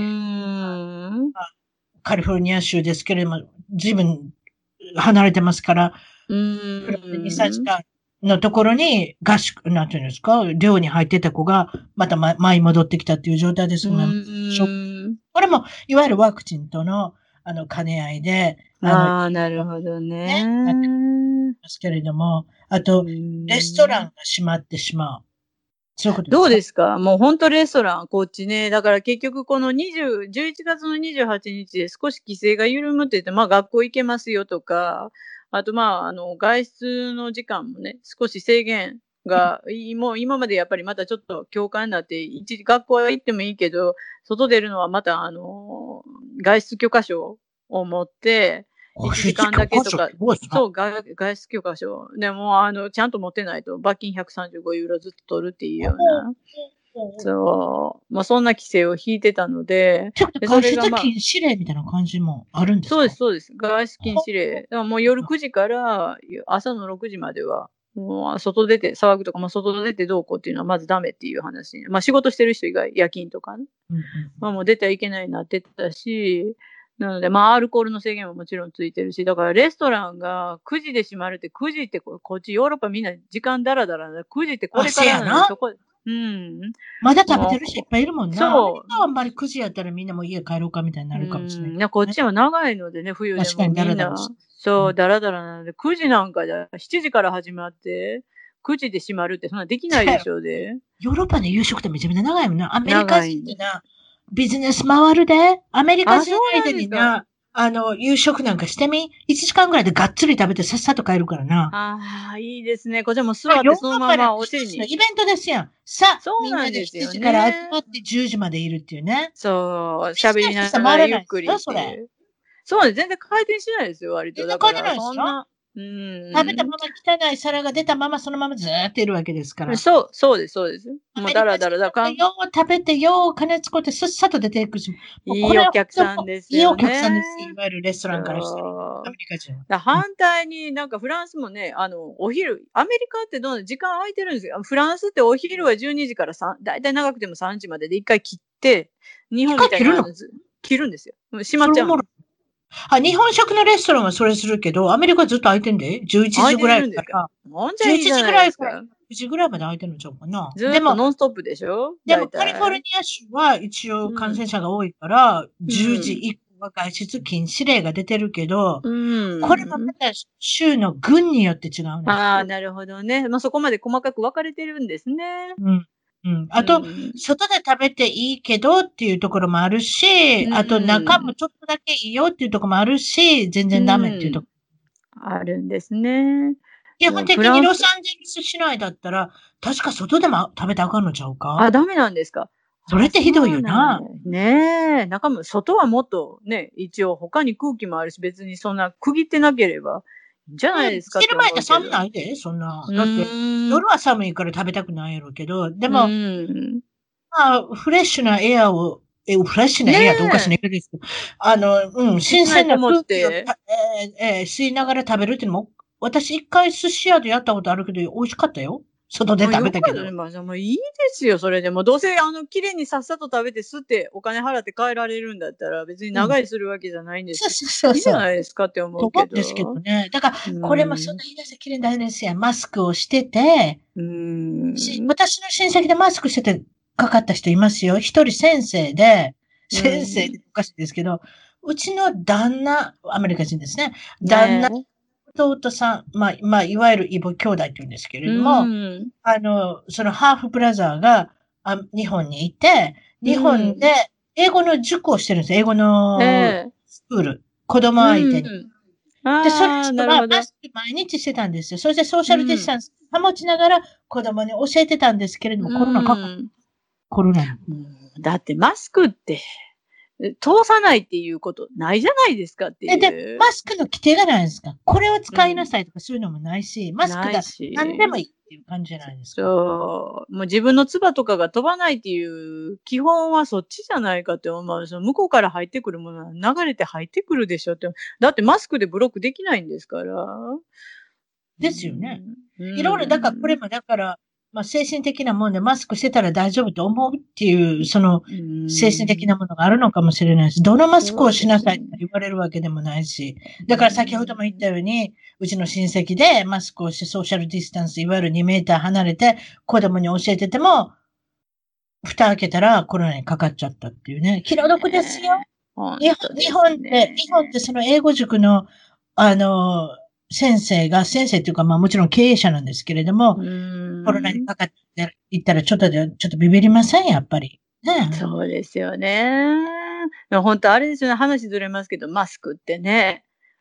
カリフォルニア州ですけれども、随分離れてますから、2、3時間のところに合宿、なんていうんですか、寮に入ってた子が、また前に戻ってきたっていう状態ですが、これも、いわゆるワクチンとの、兼ね合いで、 なるほどね。 ますけれども、あと、レストランが閉まってしまう。そういうことですか？ どうですか？もう本当レストラン、こっちね。だから結局この11月の28日で少し規制が緩むって言って、まあ学校行けますよとか、あとまあ、外出の時間もね、少し制限が、もう今までやっぱりまたちょっと教官になって、学校は行ってもいいけど、外出るのはまた外出許可証を持って、1時間だけとか、そう、外出許可証。でも、ちゃんと持ってないと、罰金135ユーロずっと取るっていうような。そう。まあ、そんな規制を引いてたので。 外出禁止令みたいな感じもあるんですか？ そうです、そうです。外出禁止令。だからもう夜9時から朝の6時までは、もう外出て騒ぐとか、まあ、外出てどうこうっていうのはまずダメっていう話。まあ、仕事してる人以外、夜勤とかね。まあ、もう出てはいけないようになってたし、なので、まあ、アルコールの制限ももちろんついてるし、だからレストランが9時で閉まるって、9時ってこっちヨーロッパみんな時間だらだらな、9時ってこれからなのそこ、 まだ食べてる人いっぱいいるもんな。そう。あんまり9時やったらみんなもう家帰ろうかみたいになるかもしれない。 こっちは長いのでね、冬でもみんな。そう、だらだらなので、9時なんかじゃ、7時から始まって、9時で閉まるって、そんなできないでしょうで。 ヨーロッパの夕食ってめちゃめちゃ長いもんな。アメリカ人ってな、ビジネス回るで。アメリカ人相手にな、夕食なんかしてみ ?1 時間ぐらいでがっつり食べてさっさと帰るからな。 ああ、いいですね。こっちも座ってそのままお尻に。 イベントですやん。そうなんですよ、ね。みんなで7時から集まって10時までいるっていうね。 そう、喋りながらゆっくりっていう。そうね、全然回転しないですよ、割と。だからそんな。 食べたまま汚い皿が出たままそのままずーっといるわけですから。 そうです、そうです。 もうだらだらだから。よう食べて、よう金使ってさっさと出ていくし。 いいお客さんですよね。 いいお客さんです。いわゆるレストランからしてアメリカ人は。 反対になんかフランスもね、お昼、アメリカってどんどん時間空いてるんですよ。フランスってお昼は12時からだいたい長くても3時までで1回切って、日本みたいな切るんですよ。閉まっちゃうの。 日本食のレストランはそれするけど、アメリカずっと開いてんで、11時ぐらいから。 11時ぐらいから。 9時ぐらいまで開いてるのちゃうかな。 ずっとノンストップでしょ？ でもカリフォルニア州は一応感染者が多いから、10時以降は外出禁止令が出てるけど、これもまた州の郡によって違うんです。 ああ、なるほどね。まあ、そこまで細かく分かれてるんですね。 あと、外で食べていいけどっていうところもあるし、あと中もちょっとだけいいよっていうところもあるし、全然ダメっていうところ。あるんですね。 基本的にロサンゼルス市内だったら、確か外でも食べてあかんのちゃうか？ あ、ダメなんですか。 それってひどいよな。 ねえ。中も、外はもっとね、一応他に空気もあるし、別にそんな区切ってなければ。じゃないですか。 昼前って寒ないで、そんな。だって、夜は寒いから食べたくないやろうけど、でも、まあ、フレッシュなエアを、フレッシュなエアっておかしな言い方ですけど、新鮮な空気を吸いながら食べるっていうのも、私一回寿司屋でやったことあるけど、美味しかったよ。外で食べたけど。 まあ、いいですよ、それでも。どうせ、綺麗にさっさと食べて、吸って、お金払って帰られるんだったら、別に長居するわけじゃないんですそう。 いいじゃないですかって思うけど。 そうですけどね。だから、これもそんな言い出せ綺麗なんですよ。マスクをしてて、私の親戚でマスクしててかかった人いますよ。一人先生で、先生っておかしいですけど、うちの旦那、アメリカ人ですね。旦那、弟さん、まあ、いわゆる異母兄弟って言うんですけれども、そのハーフブラザーが日本にいて、日本で英語の塾をしてるんですよ。英語のスクール。子供相手に。で、それはマスク毎日してたんですよ。そしてソーシャルディスタンス保ちながら子供に教えてたんですけれども、コロナ。 だってマスクって、通さないっていうことないじゃないですかっていう。 で、マスクの規定がないんですか？これを使いなさいとかそういうのもないし、マスクが何でもいいっていう感じじゃないですか。 そう。もう自分の唾とかが飛ばないっていう基本はそっちじゃないかって思う。その向こうから入ってくるものは流れて入ってくるでしょって。だってマスクでブロックできないんですから。 ですよね。いろいろ、だからこれもだから、まあ、精神的なもんでマスクしてたら大丈夫と思うっていう、その、精神的なものがあるのかもしれないし、どのマスクをしなさいって言われるわけでもないし、だから先ほども言ったように、うちの親戚でマスクをしてソーシャルディスタンス、いわゆる2メーター離れて子供に教えてても、蓋開けたらコロナにかかっちゃったっていうね、気の毒ですよ。日本ってその英語塾の、先生っていうか、まあもちろん経営者なんですけれども、コロナにかかっていったらちょっとビビりません、やっぱり。ね。 そうですよね。本当あれですよね、話ずれますけど、マスクってね、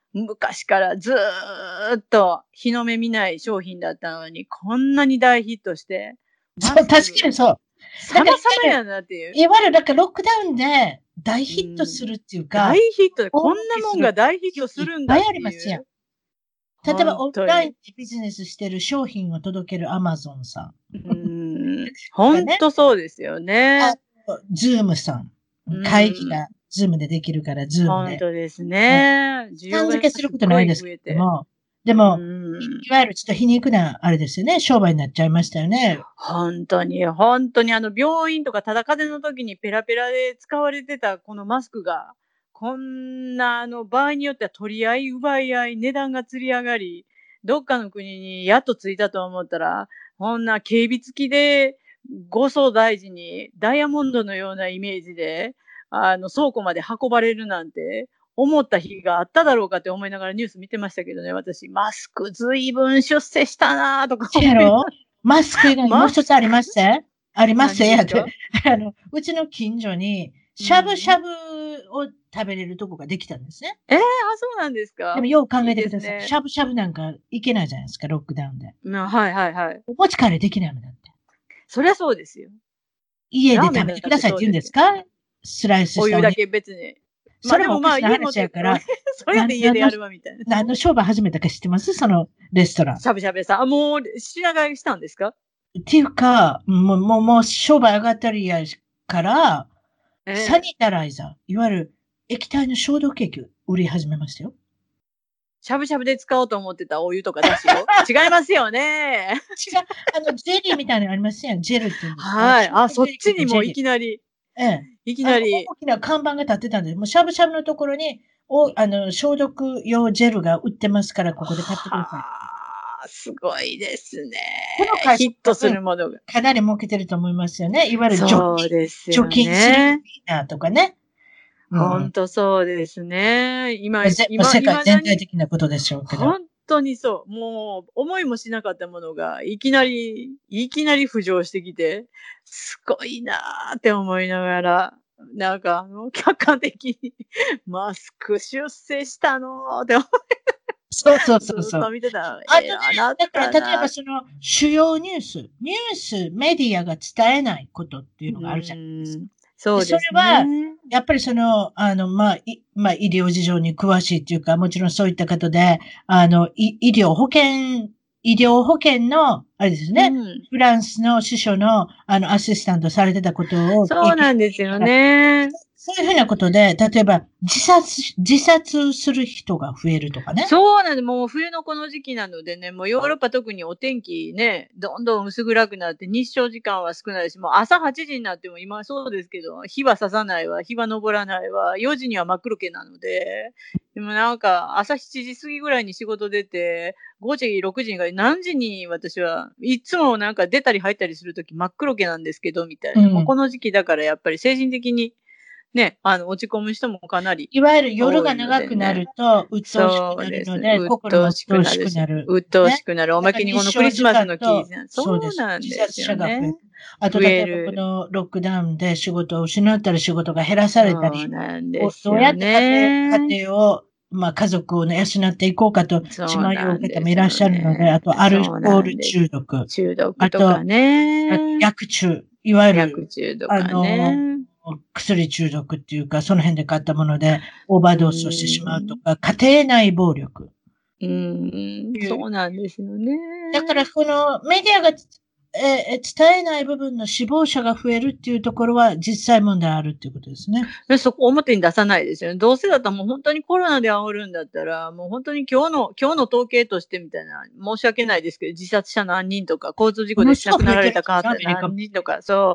昔からずーっと日の目見ない商品だったのに、こんなに大ヒットして、 そう、確かにそう。 様々やなっていう。 いわゆる、だからロックダウンで大ヒットするっていうか、 大ヒットで、こんなもんが大ヒットするんだっていう。 いっぱいありますやん。例えば、オンラインでビジネスしてる商品を届けるアマゾンさん。 本当そうですよね。 ズームさん。会議がズームでできるから、ズームで。 本当ですね。 さん付けすることないですけども、でも、いわゆるちょっと皮肉な、あれですよね、商売になっちゃいましたよね。 本当に、本当に病院とかただ風邪の時にペラペラで使われてたこのマスクが、こんな場合によっては取り合い、奪い合い、値段が釣り上がり、どっかの国にやっと着いたと思ったら、こんな警備付きで、ご総大臣にダイヤモンドのようなイメージで、倉庫まで運ばれるなんて、思った日があっただろうかって思いながらニュース見てましたけどね、私、マスクずいぶん出世したなとか思やろマスク以外にもう一つありましてありますやって。うちの近所に、しゃぶしゃぶを食べれるとこができたんですね。 そうなんですか。 でもよう考えてください。しゃぶしゃぶなんかいけないじゃないですか、ロックダウンで。 はいはいはい。 お持ち帰りできないもんだって。 そりゃそうですよ。 家で食べてくださいって言うんですかスライスしたお湯だけ別に。 それもおかしな話やから。 それで家でやるわみたいな。 何の商売始めたか知ってますそのレストラン。 しゃぶしゃぶさん。もう品買いしたんですかっていうか、もう商売上がったりやから、サニタライザー、いわゆる液体の消毒液売り始めましたよ。 しゃぶしゃぶで使おうと思ってたお湯とかだしよ。違いますよね。 違う。ジェリーみたいなのありますやん。ジェルって言うんですか。 はい。そっちにもいきなり。いきなり。 大きな看板が立ってたんです。もうしゃぶしゃぶのところに、消毒用ジェルが売ってますから、ここで買ってください。すごいですね。ヒットするものが。 かなり儲けてると思いますよね。いわゆる除菌するクリーナーとかね。 本当そうですね。今世界全体的なことでしょうけど。 本当にそう。もう、思いもしなかったものが、いきなり浮上してきて、すごいなーって思いながら、なんか、客観的に、マスク出世したのーって思いそう。 ずっと見てた。 だから例えばその主要ニュース、メディアが伝えないことっていうのがあるじゃないですか。 そうですね。 それは、やっぱりその、医療事情に詳しいっていうか、もちろんそういった方で、医療保険の、あれですね、フランスの司書の、アシスタントされてたことを。 そうなんですよね。 そういうふうなことで、例えば、自殺する人が増えるとかね。 そうなんです。もう冬のこの時期なのでね、もうヨーロッパ特にお天気ね、どんどん薄暗くなって日照時間は少ないし、もう朝8時になっても今そうですけど、日は差さないわ、日は昇らないわ、4時には真っ黒けなので、でもなんか朝7時過ぎぐらいに仕事出て、5時、6時が何時に私はいつもなんか出たり入ったりするとき真っ黒けなんですけど、みたいな。もうこの時期だからやっぱり精神的にね、落ち込む人もかなり、 いわゆる夜が長くなると、鬱陶しくなるので、心も鬱陶しくなる。 鬱陶しくなる。おまけにこのクリスマスの期間。そうなんですよね。 あと、例えばこのロックダウンで仕事を失ったり仕事が減らされたり、どうやって家庭を、家族を養っていこうかと、しまいを受け方もいらっしゃるので、あと、アルコール中毒。 とかね。 あと、薬中。いわゆる、 薬中とかね。 薬中毒っていうか、その辺で買ったものでオーバードースをしてしまうとか、家庭内暴力。 そうなんですよね。 だから、このメディアが伝えない部分の死亡者が増えるっていうところは実際問題あるっていうことですね。 そこ表に出さないですよね。どうせだったらもう本当にコロナで煽るんだったら、もう本当に今日の統計としてみたいな、申し訳ないですけど、自殺者何人とか、交通事故で亡くなられた方何人とか、そう、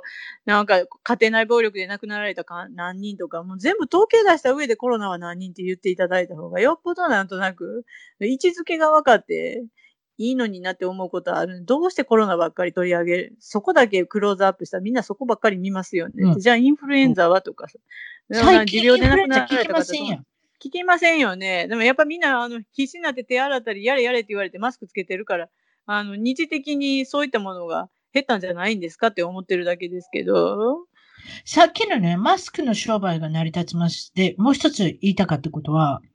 なんか家庭内暴力で亡くなられた何人とか、もう全部統計出した上でコロナは何人って言っていただいた方が、よっぽどなんとなく、位置づけが分かって、いいのになって思うことはある。どうしてコロナばっかり取り上げる？そこだけクローズアップしたらみんなそこばっかり見ますよね。じゃあインフルエンザはとかさ。 最近持病で亡くなられた方とか。 聞きませんよね。でもやっぱみんな必死になって手洗ったり、やれやれって言われてマスクつけてるから、二次的にそういったものが減ったんじゃないんですかって思ってるだけですけど。 さっきのね、マスクの商売が成り立ちまして、もう一つ言いたかったことは、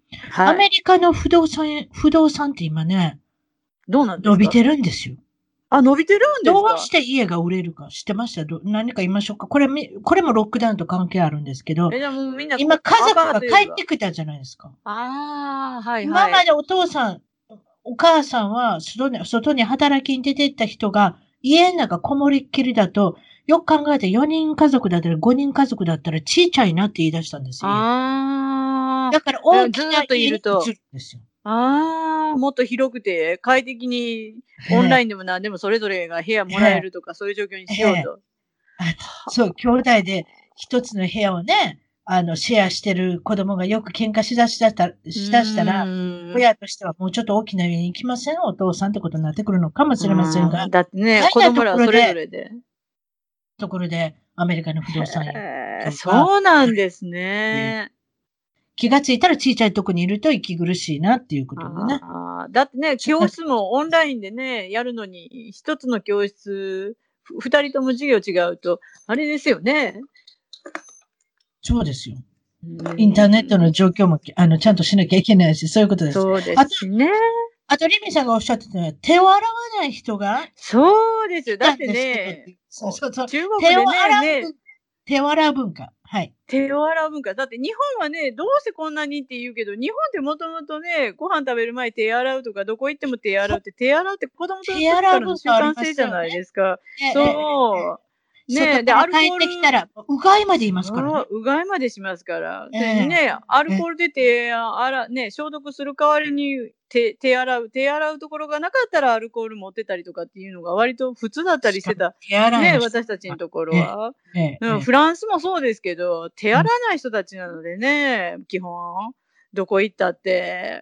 はい。 アメリカの不動産って今ね、 どうなんですか？ 伸びてるんですよ。 あ、伸びてるんですか？ どうして家が売れるか知ってました？何か言いましょうか。これもロックダウンと関係あるんですけど、 じゃあもうみんな今家族がアパートよりは。 帰ってきたじゃないですか。 ああ、はいはい。 今までお父さん、お母さんは外に働きに出て行った人が、家の中こもりっきりだと、よく考えて4人家族だったら5人家族だったらちいちゃいなって言い出したんですよ、家。 あだからあ、 大きなずーっとい家にると。 移るんですよ。 ああ、もっと広くて快適にオンラインでも何でもそれぞれが部屋もらえるとか、そういう状況にしようと。 そう、兄弟で一つの部屋をね、シェアしてる子供がよく喧嘩しだしたら、親としてはもうちょっと大きな家に行きませんお父さんってことになってくるのかもしれませんが、 だってね、 大子供なところらはそれぞで、 れで。 アメリカの不動産業が、 そうなんですね。 気がついたら小さいとこにいると息苦しいなっていうことでね。 だってね、教室もオンラインでね、やるのに、一つの教室、二人とも授業違うと、あれですよね。 そうですよ。インターネットの状況も、ちゃんとしなきゃいけないし、そういうことです。 そうですね。 あと、リミさんがおっしゃってたのは、手を洗わない人が、 そうですよ。だってね、 そう。 中国でね、 手を洗う文化。はい。 手を洗う文化。だって日本はね、どうしてこんなにって言うけど、日本ってもともとね、ご飯食べる前手洗うとか、どこ行っても手洗うって子供の時からの習慣性じゃないですか。そう。ねで、アルコール。 帰ってきたら、うがいまで言いますからね。 うがいまでしますから。ね、アルコールで消毒する代わりに手洗うところがなかったらアルコール持ってたりとかっていうのが割と普通だったりしてた。ね、私たちのところは。フランスもそうですけど、手洗わない人たちなのでね、基本。どこ行ったって。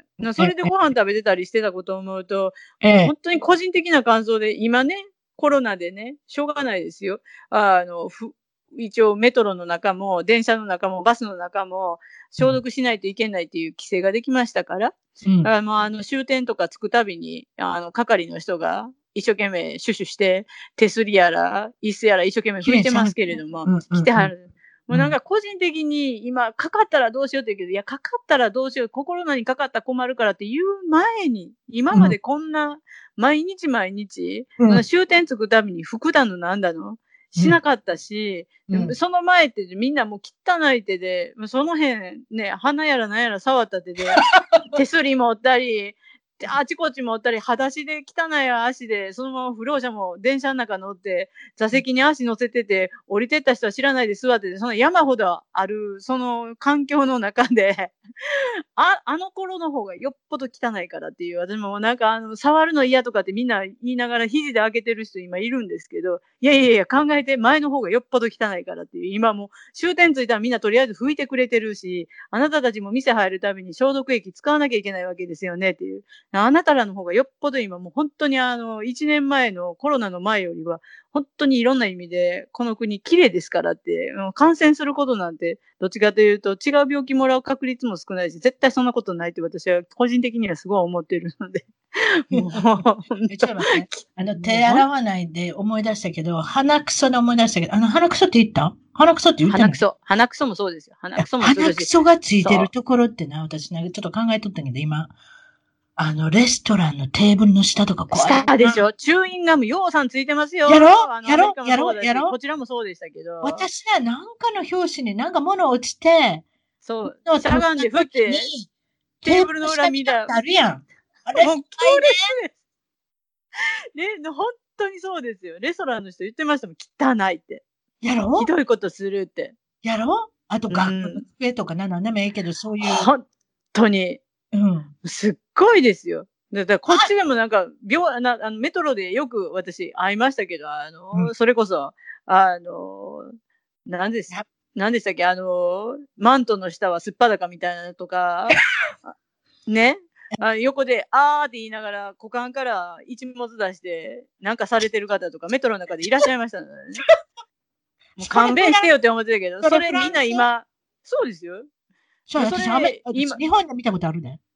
それでご飯食べてたりしてたことを思うと、本当に個人的な感想で、今ね、コロナでね、しょうがないですよ。一応メトロの中も、電車の中も、バスの中も、消毒しないといけないっていう規制ができましたから、終点とか着くたびに、係の人が一生懸命シュシュして、手すりやら、椅子やら一生懸命拭いてますけれども、来てはる。もうなんか個人的に今、かかったらどうしようって言うけど、いや、かかったらどうしよう、コロナにかかったら困るからって言う前に、今までこんな、毎日、終点着くたびに服だのなんだのしなかったし、その前ってみんなもう汚い手で、その辺ね、鼻やらなんやら触った手で、手すり持ったり、あちこち持ったり、裸足で汚い足で、そのまま不老者も電車の中乗って、座席に足乗せてて、降りてった人は知らないで座ってて、その山ほどある、その環境の中で、あの頃の方がよっぽど汚いからっていう、私もなんか触るの嫌とかってみんな言いながら肘で開けてる人今いるんですけど、いや、考えて前の方がよっぽど汚いからっていう、今もう終点着いたらみんなとりあえず拭いてくれてるし、あなたたちも店入るたびに消毒液使わなきゃいけないわけですよねっていう。あなたらの方がよっぽど今もう本当に1年前のコロナの前よりは、本当にいろんな意味で、この国綺麗ですからって、感染することなんて、どっちかというと違う病気もらう確率も少ないし、絶対そんなことないって私は個人的にはすごい思ってるので。もう、 ちょっと待って。手洗わないで思い出したけど、鼻くそで思い出したけど、鼻くそって言った鼻くそって言ったの？ 鼻くそもそうですよ。鼻くそもそうです。鼻くそがついてるところってな、私なんかちょっと考えとったけど、今、レストランのテーブルの下とか怖い。 下でしょ？チューインガム、ようさんついてますよ。 やろこちらもそうでしたけど。 私はなんかの表紙になんか物落ちて、 そう、しゃがんで振って、テーブルの裏見た。 あるやん。あれ、 もうそうですね。本当にそうですよ。レストランの人言ってましたもん、汚いって。 やろ？ ひどいことするって。 やろ？あと、学校の机とかなんでもいいけど、そういう。 本当に。すっごいですよ。だからこっちでもなんか、メトロでよく私会いましたけど、それこそ、何でしたっけ、マントの下はすっぱだかみたいなのとか、ね。横で、あーって言いながら、股間から一物出して、なんかされてる方とか、メトロの中でいらっしゃいましたのでね。もう勘弁してよって思ってたけど、それみんな今、そうですよ。 そう、私、日本で見たことあるね。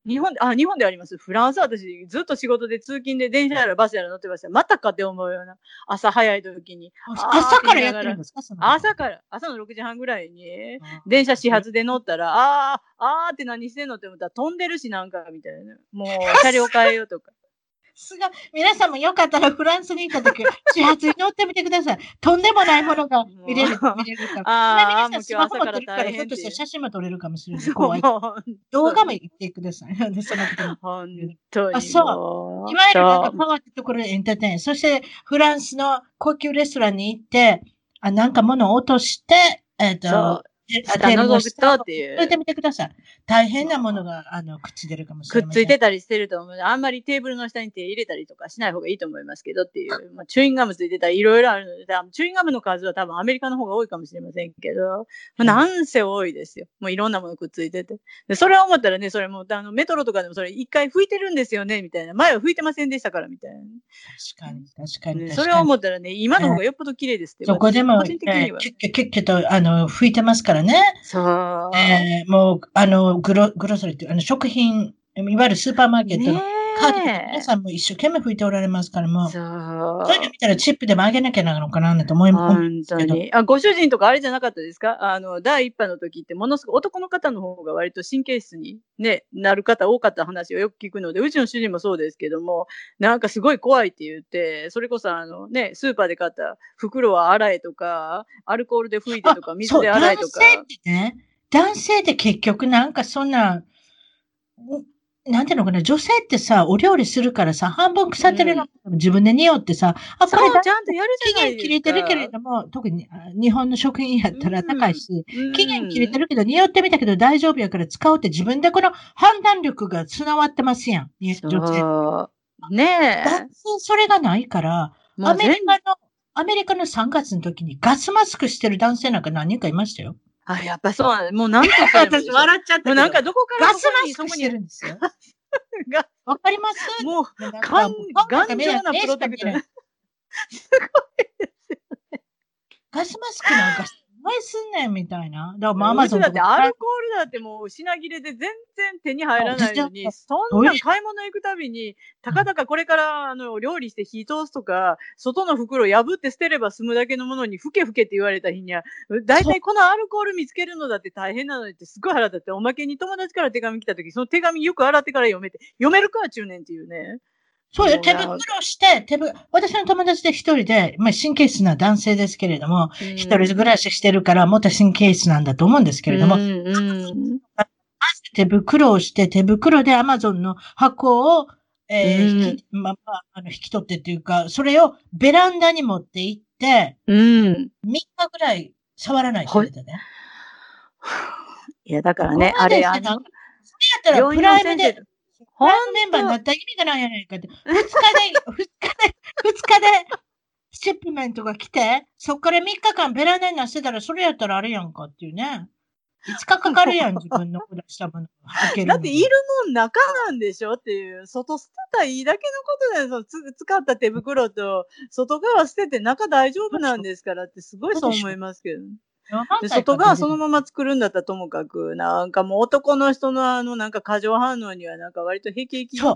日本であります。フランスは私、ずっと仕事で通勤で電車やらバスやら乗ってました。またかって思うような、朝早い時に。 朝からやってるんですか？ 朝から、朝の6時半ぐらいに、電車始発で乗ったら、って何してんのって思ったら飛んでるしなんか、みたいな。もう、車両変えようとか。 皆さんもよかったらフランスに行った時、始発に乗ってみてください。とんでもないものが見れるから。皆さんスマホ持ってるから、ひょっとして写真も撮れるかもしれない。怖い。動画も行ってください。その時本当に。 そう。いわゆるなんか変わったところでエンターテイン。そしてフランスの高級レストランに行って、なんか物を落として、 下覗くとっていう。 それで見てください。大変なものが、くっついてるかもしれません。 くっついてたりしてると思う。あんまりテーブルの下に手入れたりとかしない方がいいと思いますけどっていう。チューインガムついてたりいろいろあるので、チューインガムの数は多分アメリカの方が多いかもしれませんけど、なんせ多いですよ。もういろんなものくっついてて。でそれを思ったらね、それも、メトロとかでもそれ一回拭いてるんですよね、みたいな。前は拭いてませんでしたから、みたいな。 確かに。 それを思ったらね、今の方がよっぽど綺麗ですって。 そこでも、キュッキュと、拭いてますからね。 そう。 もう、グロソリーって、食品、いわゆるスーパーマーケットのカードで皆さんも一生懸命拭いておられますから、もう。そういうの見たらチップでもあげなきゃなのかなと思います。 本当に。ご主人とかあれじゃなかったですか？第一波の時ってものすごく男の方の方が割と神経質にね、なる方多かった話をよく聞くので、うちの主人もそうですけども、なんかすごい怖いって言って、それこそスーパーで買った袋は洗えとか、アルコールで拭いてとか、水で洗えとか。 男性って結局なんかそんな、なんていうのかな、女性ってさ、お料理するからさ、半分腐ってるの、自分で匂ってさ、 これちゃんとやるじゃないですか。 期限切れてるけれども、特に日本の食品やったら高いし、期限切れてるけど、匂ってみたけど大丈夫やから使おうって自分でこの判断力が備わってますやん、女性。 ねえ。 男性それがないから、アメリカの3月の時にガスマスクしてる男性なんか何人かいましたよ。 やっぱそうなんです。もうなんと私笑っちゃったけど。 なんかどこからガスマスクしてるんですよ。わかります？ もう、頑丈なプロテクター。すごいですよね。 ガスマスクなんか何すんねんみたいな。 だからアルコールだってもう品切れで全然手に入らないのに、そんな買い物行くたびに、たかだかこれから料理して火通すとか、外の袋破って捨てれば済むだけのものにふけふけって言われた日には、だいたいこのアルコール見つけるのだって大変なのにってすごい腹立って、おまけに友達から手紙来た時、その手紙よく洗ってから読めるか中年っていうね。 そうよ、手袋して、私の友達で一人で、神経質な男性ですけれども、一人暮らししてるから、もっと神経質なんだと思うんですけれども、手袋をして、手袋で Amazon の箱を、引き取ってっていうか、それをベランダに持って行って、3日ぐらい触らないって言ってね。 いや、だからね、あれ、 それやったらプライムで、メンバーになったら意味がないやないかって。2日で、シップメントが来て、そっから3日間ベランダになしてたら、それやったらあれやんかっていうね。5日かかるやん、自分の出したもの開ける。 だっているもん中なんでしょっていう、外捨てたらいいだけのことだよ。使った手袋と、外側捨てて中大丈夫なんですからってすごいそう思いますけど。で外側そのまま作るんだったらともかく、なんかもう男の人のなんか過剰反応にはなんか割と平気。そう。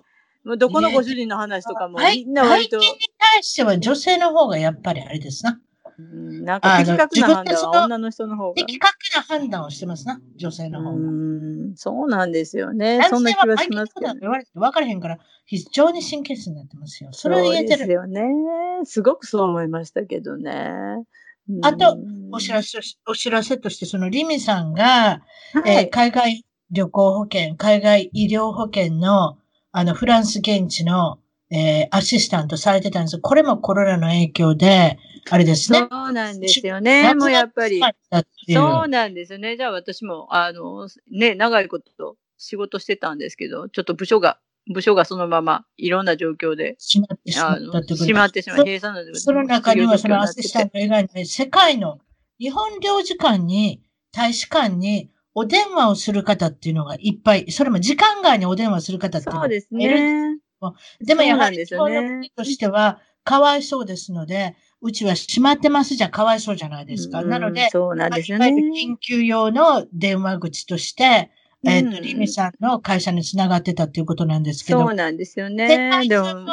どこのご主人の話とかもみんな割と。 背景に対しては女性の方がやっぱりあれですな。 なんか的確な判断は女の人の方が。 的確な判断をしてますな、女性の方が。 そうなんですよね。そんな気はしますけど。 言われて分からへんから、非常に神経質になってますよ。それを言えてる。 そうですよね。すごくそう思いましたけどね。 あと、お知らせとして、そのリミさんが、海外旅行保険、海外医療保険の、フランス現地の、アシスタントされてたんですよ。これもコロナの影響で、あれですね。 そうなんですよね。もうやっぱり。そうなんですよね。じゃあ私も、長いこと仕事してたんですけど、ちょっと部署がそのままいろんな状況で閉まってしまったってこと。 閉まってしまう。閉鎖のその中にはそのアシスタント以外に世界の日本領事館に、大使館にお電話をする方っていうのがいっぱい、それも時間外にお電話する方っていうのがいるんです。そうですね。でもやはり日本の国としてはかわいそうですので、うちは閉まってますじゃかわいそうじゃないですか。なので、 そうなんですよね。 緊急用の電話口として、 リミさんの会社につながってたっていうことなんですけど。 そうなんですよで、 ね。 大使の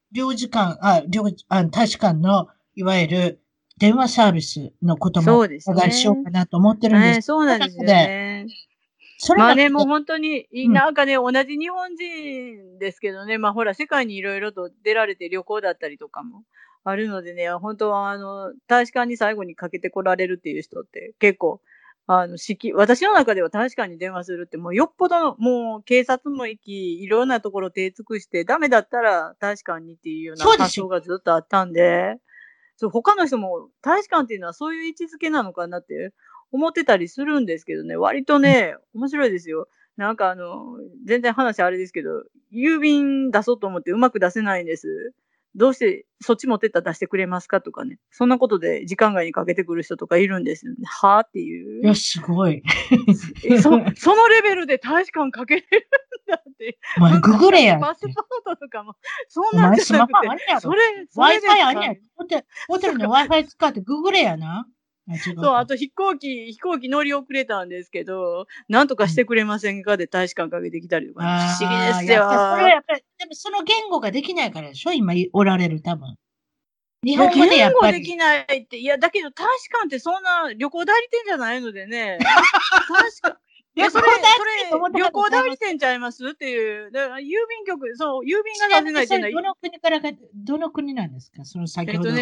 大使館の、いわゆる電話サービスのこともお伺いしようかなと思ってるんです。 そうなんですよね。まあね、もう本当に、なんかね、同じ日本人ですけどね、まあほら、世界にいろいろと出られて旅行だったりとかもあるのでね、本当は大使館に最後にかけてこられるっていう人って結構、私の中では大使館に電話するってもうよっぽど、もう警察も行き、いろんなところ手尽くして、ダメだったら大使館にっていうような発想がずっとあったんで、他の人も大使館っていうのはそういう位置づけなのかなって思ってたりするんですけどね、割とね、面白いですよ。なんか全然話あれですけど、郵便出そうと思ってうまく出せないんです。どうしてそっち持ってったら出してくれますかとかね。そんなことで時間外にかけてくる人とかいるんですよね。はぁっていう。 いや、すごい。 そのレベルで大使館かけれるんだって。 お前、ググれや。 パスポートとかも、そんなんじゃなくて、それ Wi-Fi あんねん。ホテルの Wi-Fi 使ってググれやな。 そう、あと飛行機乗り遅れたんですけど、なんとかしてくれませんかで大使館かけてきたりとか、不思議ですよ。 それはやっぱり、でもその言語ができないからでしょ今おられる多分。日本語でやっぱり。 言語できないって、いや、だけど大使館ってそんな旅行代理店じゃないのでね。確か。それ、旅行代理店ちゃいますっていう。だから郵便局、郵便が出せないっていうのは。 どの国なんですかその先ほど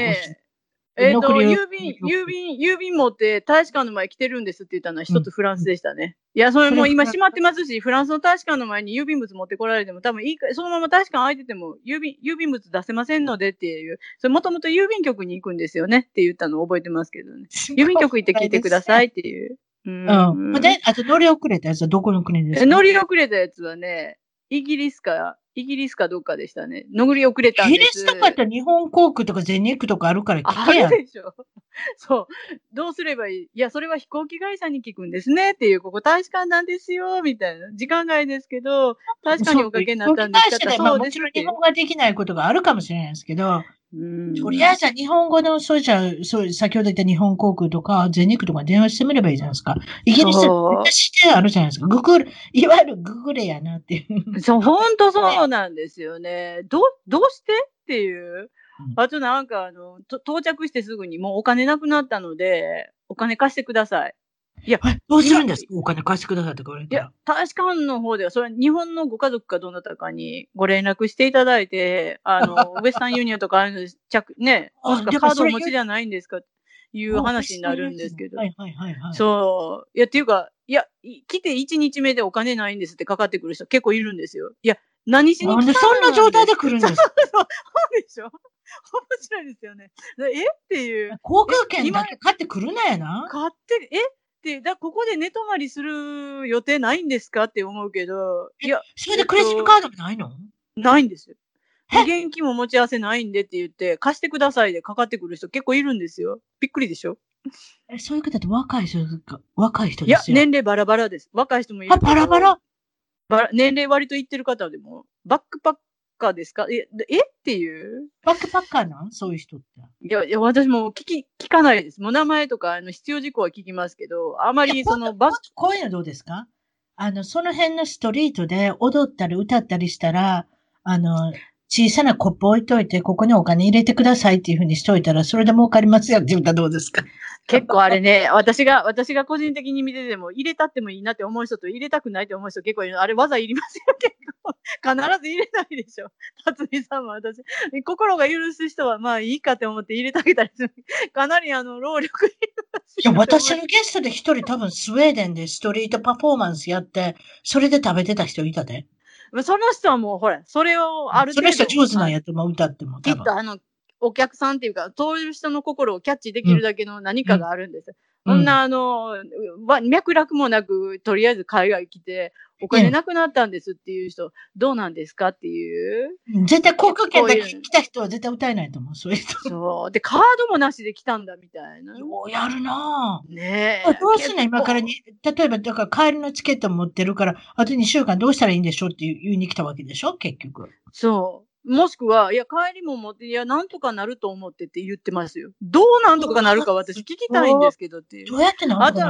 郵便持って大使館の前来てるんですって言ったのは一つフランスでしたね。いや、それもう今閉まってますし、フランスの大使館の前に郵便物持ってこられても多分そのまま大使館空いてても郵便物出せませんのでっていう、それもともと郵便局に行くんですよねって言ったのを覚えてますけどね。郵便局行って聞いてくださいっていう。 で、あと乗り遅れたやつはどこの国ですか？ 乗り遅れたやつはね、イギリスかどっかでしたね。乗り遅れたんです。 イギリスとかって日本航空とか全日空とかあるから聞けや。 あるでしょ。そう。どうすればいい？いや、それは飛行機会社に聞くんですねっていう、ここ大使館なんですよ、みたいな。時間外ですけど、大使館におかけになったんですか？ そうです。もちろん日本語ができないことがあるかもしれないですけど、とりあえずは日本語の、先ほど言った日本航空とか全日空とか電話してみればいいじゃないですか。イギリスってしてあるじゃないですか。いわゆるググレやなっていう。 そう、ほんとそうなんですよね。どうしてっていう。あとなんか到着してすぐにもうお金なくなったので、お金貸してください。いや、 どうするんですかお金貸してくださいって言われたら。いや、 大使館の方では、それは日本のご家族かどなたかにご連絡していただいて、ウエスタンユニオンとかああいうのね、もしくはカードをお持ちじゃないんですかっていう話になるんですけど。そう。いや、っていうか、来て1日目でお金ないんですってかかってくる人結構いるんですよ。いや、何しに来たの？ なんでそんな状態で来るんですか？ そうでしょ？面白いですよね。っていう。 航空券だけ買ってくるなやな。 買って、ここで寝泊まりする予定ないんですかって思うけど、いや。 それでクレジットカードもないの？ ないんですよ。現金も持ち合わせないんでって言って、貸してくださいでかかってくる人結構いるんですよ。びっくりでしょ？ そういう方って若い人ですよ。 いや、年齢バラバラです。若い人もいるけど。 バラバラ年齢割といってる方でも、バックパッカーですか？っていう。 バックパッカーなんそういう人って。 いや、私も聞かないです。もう名前とか、必要事項は聞きますけど、あまりこういうのどうですか？その辺のストリートで踊ったり歌ったりしたら、小さなコップ置いといて、ここにお金入れてくださいっていうふうにしといたら、それで儲かりますよって言ったらどうですか？ 結構あれね、私が個人的に見てても、入れたってもいいなって思う人と入れたくないって思う人結構いる。あれ技いりますよ、結構。必ず入れないでしょ。辰巳さんも私。心が許す人はまあいいかって思って入れてあげたりする。かなり労力いりますよ。いや、私のゲストで一人多分スウェーデンでストリートパフォーマンスやって、それで食べてた人いたで。 その人はもうほら、それをある程度。 その人上手なんやっても歌っても。 きっとお客さんっていうか、通る人の心をキャッチできるだけの何かがあるんです。そんな脈絡もなく、とりあえず海外来て、お金なくなったんですっていう人、どうなんですかっていう。 絶対航空券だけ来た人は絶対歌えないと思う、そういう人。 そう。で、カードもなしで来たんだみたいな。 ようやるなぁ。 ねえ。どうすんの今から例えば、だから帰りのチケット持ってるから、あと2週間どうしたらいいんでしょうって言いに来たわけでしょ結局。 そう。もしくは、いや、帰りも持って、いや、なんとかなると思ってって言ってますよ。どうなんとかなるか私聞きたいんですけどっていう。 どうやってなんとかなる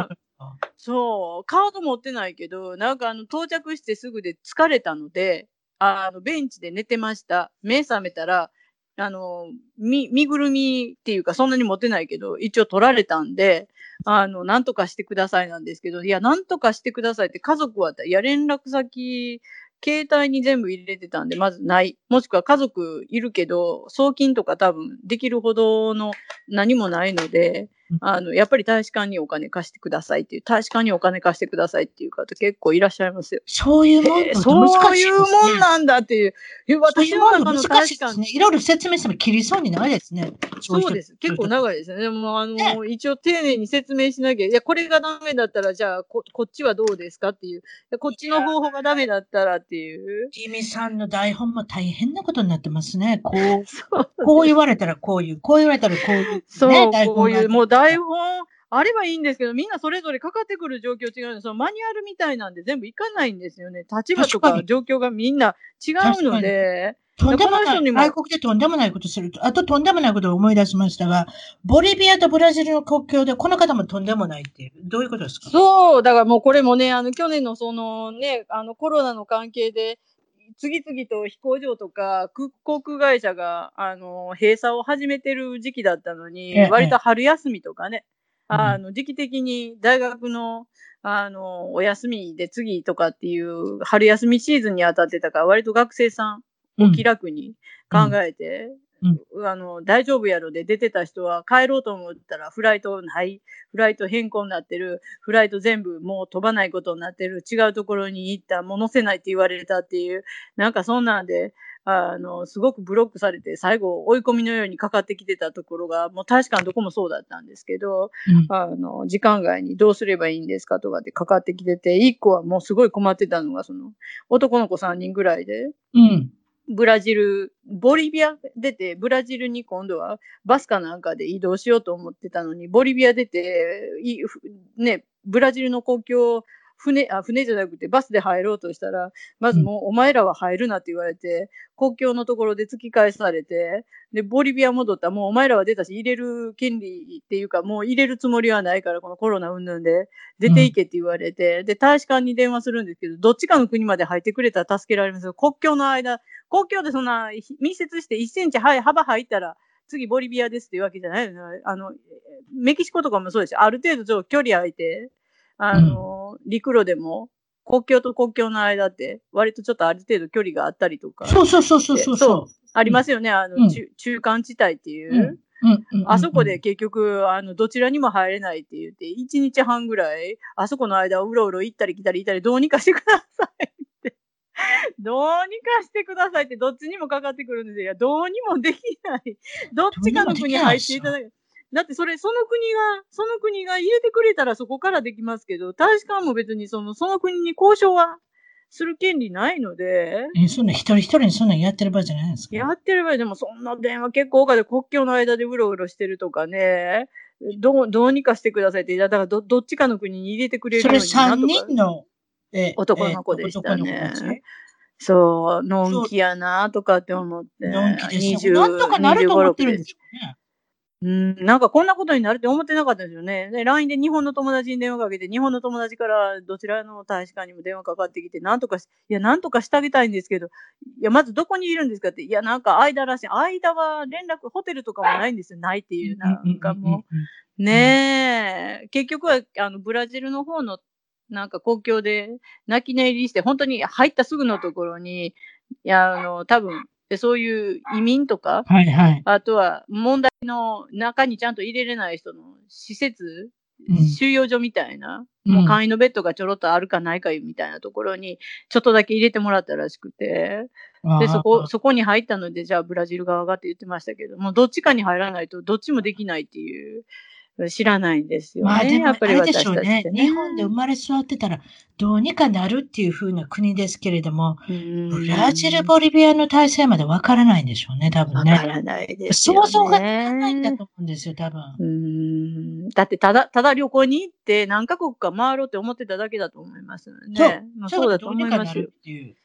そう、カード持ってないけど、なんか到着してすぐで疲れたので、ベンチで寝てました。目覚めたら、身ぐるみっていうか、そんなに持ってないけど、一応取られたんで、なんとかしてくださいなんですけど、いや、なんとかしてくださいって家族は、いや、連絡先、携帯に全部入れてたんで、まずない。もしくは家族いるけど、送金とか多分できるほどの何もないので、やっぱり大使館にお金貸してくださいっていう、大使館にお金貸してくださいっていう方結構いらっしゃいますよ。 そういうもんだとそう難しいいうですね。 もんなんだっていう。私の中の難大使館、 しいですね。いろいろ説明しても切りそうにないですね。 そうです。結構長いですよね。でも一応丁寧に説明しなきゃ、いや、これがダメだったら、じゃあこっちはどうですかっていう。こっちの方法がダメだったらっていう。 ジミさんの台本も大変なことになってますね。 そうこう言われたらこういう、こう言われたらこういう、ね。 そう、 台本がこういう、もう台本、あればいいんですけど、みんなそれぞれかかってくる状況違うんです。そのマニュアルみたいなんで全部いかないんですよね。立場とか状況がみんな違うので。 とんでもない、 この人にも外国でとんでもないことすると、あととんでもないことを思い出しましたが、ボリビアとブラジルの国境でこの方もとんでもないっていう、どういうことですか？ そう、だからもうこれもね、去年のそのね、コロナの関係で、次々と飛行場とか航空会社が、閉鎖を始めてる時期だったのに、割と春休みとかね、時期的に大学の、お休みで次とかっていう春休みシーズンに当たってたから、割と学生さん、お気楽に考えて、大丈夫やろで出てた人は帰ろうと思ったらフライトない、フライト変更になってる、フライト全部もう飛ばないことになってる、違うところに行った、もう乗せないって言われたっていう、なんかそんなんで、すごくブロックされて、最後追い込みのようにかかってきてたところが、もう大使館どこもそうだったんですけど、時間外にどうすればいいんですかとかってかかってきてて、一個はもうすごい困ってたのが、男の子3人ぐらいで、ブラジル、ボリビア出て、ブラジルに今度はバスかなんかで移動しようと思ってたのに、ボリビア出て、ね、ブラジルの国境、船じゃなくてバスで入ろうとしたら、まずもうお前らは入るなって言われて、国境のところで突き返されて、で、ボリビア戻ったらもうお前らは出たし、入れる権利っていうか、もう入れるつもりはないから、このコロナ云々で、出ていけって言われて、で、大使館に電話するんですけど、どっちかの国まで入ってくれたら助けられますよ。国境でそんな密接して1センチ幅入ったら、次ボリビアですっていうわけじゃないのね。メキシコとかもそうですよ。ある程度距離空いて、陸路でも、国境と国境の間って、割とちょっとある程度距離があったりとか。 そう。 そう。ありますよね。中間地帯っていう。あそこで結局、どちらにも入れないって言って、1日半ぐらい、あそこの間をうろうろ行ったり来たりどうにかしてくださいって。どうにかしてくださいって、どっちにもかかってくるんですよ。いや、どうにもできない。どっちかの国入っていただけ。だってその国が入れてくれたらそこからできますけど、大使館も別にその国に交渉はする権利ないので。 そんな一人一人にそんなやってる場合じゃないですか。 やってる場合でもそんな電話結構多かった国境の間でうろうろしてるとかね、どうにかしてくださいって、だからどっちかの国に入れてくれるようになとか。 それ3人の、 男の子でしたね。そう、のんきやなとかって思って。 のんきですよ。なんとかなると思ってるんでしょうね。 なんかこんなことになるって思ってなかったですよね。で、LINE で日本の友達に電話かけて、日本の友達からどちらの大使館にも電話かかってきて、なんとかしてあげたいんですけど、いや、まずどこにいるんですかって、いや、なんか間らしい。間は連絡、ホテルとかもないんですよ。ないっていう、なんかもう。ねえ。結局は、ブラジルの方の、なんか国境で泣き寝入りして、本当に入ったすぐのところに、いや、多分、そういう移民とか、あとは問題の中にちゃんと入れれない人の施設、収容所みたいな、もう簡易のベッドがちょろっとあるかないかみたいなところに、ちょっとだけ入れてもらったらしくて、で、そこに入ったので、じゃあブラジル側がって言ってましたけども、どっちかに入らないとどっちもできないっていう、知らないんですよね。 まあでも、 やっぱり私たちってね。日本で生まれ育ってたら、どうにかなるっていう風な国ですけれども、ブラジル、ボリビアの体制までわからないんでしょうね、多分ね。 わからないですよね。 想像がつかないんだと思うんですよ、多分。 だってただ旅行に行って何カ国か回ろうって思ってただけだと思いますよね。そうだと思いますよ。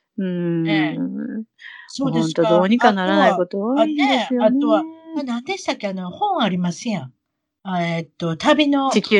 そうですか。 どうにかならないこと多いんですよね。 あとは、何でしたっけ、本ありますやん。旅の。 地球な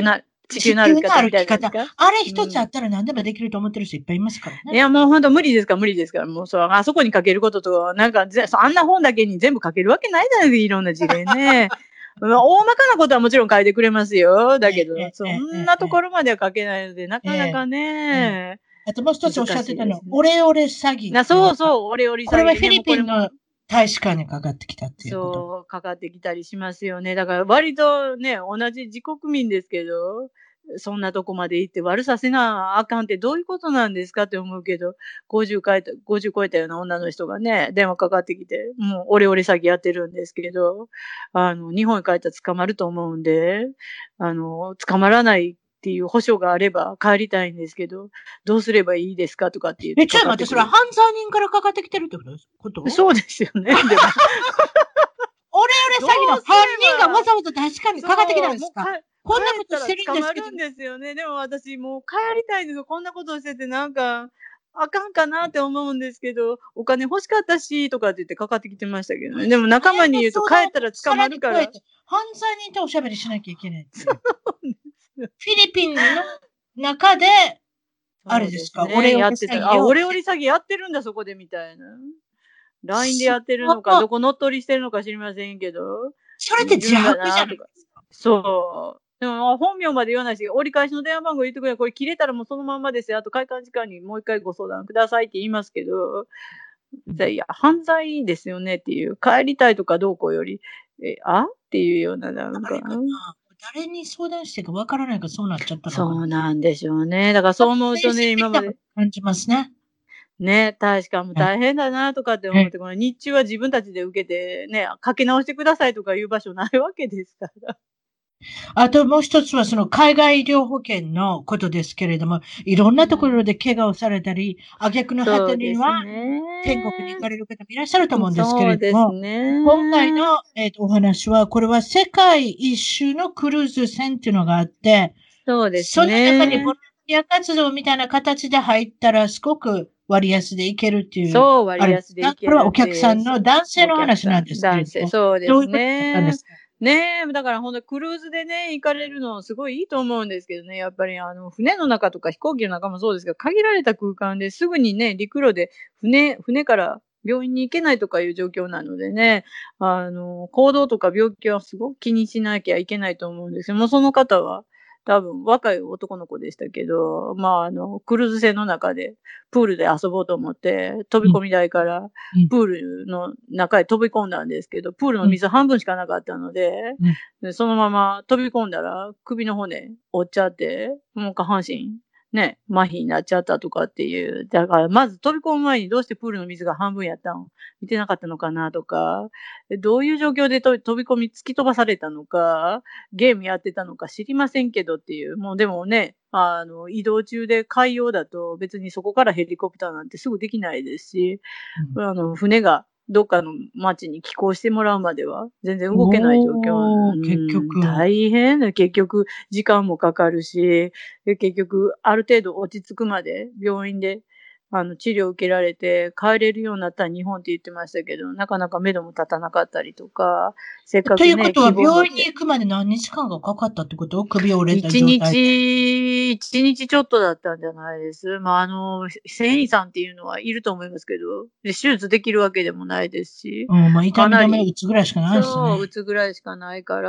地球の歩き方みたいなですか。 あれ一つあったら何でもできると思ってる人いっぱいいますからね。 いや、もう本当無理ですから、無理ですから。もうそう、あそこに書けることと、なんか、あんな本だけに全部書けるわけないじゃないですか、いろんな事例ね。大まかなことはもちろん書いてくれますよ。だけど、そんなところまでは書けないので、なかなかね。 あともう一つおっしゃってたの、オレオレ詐欺。 そうそう、オレオレ詐欺。 これはフィリピンの大使館にかかってきたっていうこと。 そう、かかってきたりしますよね。だから割とね、同じ自国民ですけど、そんなとこまで行って悪させなあかんってどういうことなんですかって思うけど、50超えたような女の人がね、電話かかってきて、もうオレオレ詐欺やってるんですけど、日本に帰ったら捕まると思うんで、捕まらないっていう保証があれば帰りたいんですけど、どうすればいいですかとかって言って。 ちょっと待って、それは犯罪人からかかってきてるってことそうですよね。でもオレオレ詐欺の犯人がわざわざ確かにかかってきたんですか？こんなことしてるんですけど。 捕まるんですよね。でも私もう帰りたいんですよ。こんなことしててなんか、あかんかなって思うんですけど、お金欲しかったし、とかって言ってかかってきてましたけどね。でも仲間に言うと帰ったら捕まるから。 犯罪人とおしゃべりしなきゃいけない。フィリピンの中で、あれですか、 オレオレ詐欺。オレオレ詐欺やってるんだ、そこでみたいな。LINE でやってるのか、どこ乗っ取りしてるのか知りませんけど。 それって自白じゃないですか。 そう。でも、本名まで言わないし、折り返しの電話番号言ってくれ。これ切れたらもうそのまんまですよ。あと開館時間にもう一回ご相談くださいって言いますけど、いや、犯罪ですよねっていう、帰りたいとかどうこうより、っていうような、なんか。 誰に相談してかわからないからそうなっちゃったのかな。 そうなんでしょうね。だからそう思うとね、今まで。 感じますね。 ね、大使館も大変だなとかって思って、この日中は自分たちで受けてね、かけ直してくださいとかいう場所ないわけですから。 あともう一つはその海外医療保険のことですけれども、いろんなところで怪我をされたり、挙句の果てには天国に行かれる方もいらっしゃると思うんですけれども、今回の、お話は、これは世界一周のクルーズ船っていうのがあって、 そうですね。 その中にボランティア活動みたいな形で入ったらすごく割安で行けるっていう。 そう、割安で行ける。 これはお客さんの男性の話なんですけれども。 男性、そうですね。ねえ、だから本当にクルーズでね、行かれるのすごいいいと思うんですけどね、やっぱり船の中とか飛行機の中もそうですけど、限られた空間ですぐにね、陸路で船から病院に行けないとかいう状況なのでね、行動とか病気はすごく気にしなきゃいけないと思うんですよ。もうその方は、多分若い男の子でしたけど、クルーズ船の中でプールで遊ぼうと思って、飛び込み台からプールの中へ飛び込んだんですけど、プールの水半分しかなかったので、そのまま飛び込んだら首の骨折っちゃって、もう下半身ね、麻痺になっちゃったとかっていう。だから、まず飛び込む前にどうしてプールの水が半分やったの見てなかったのかなとか、どういう状況で飛び込み突き飛ばされたのか、ゲームやってたのか知りませんけどっていう。もうでもね、移動中で海洋だと別にそこからヘリコプターなんてすぐできないですし、船がどっかの町に寄港してもらうまでは全然動けない状況。 結局。 大変ね。結局時間もかかるし、結局ある程度落ち着くまで病院で治療を受けられて帰れるようになったら日本って言ってましたけど、なかなか目処も立たなかったりとか、せっかくね。 ということは病院に行くまで何日間がかかったってこと？首折れた状態。 一日ちょっとだったんじゃないです。繊維さんっていうのはいると思いますけど、手術できるわけでもないですし。 痛み止め打つぐらいしかないですね。 そう、打つぐらいしかないから、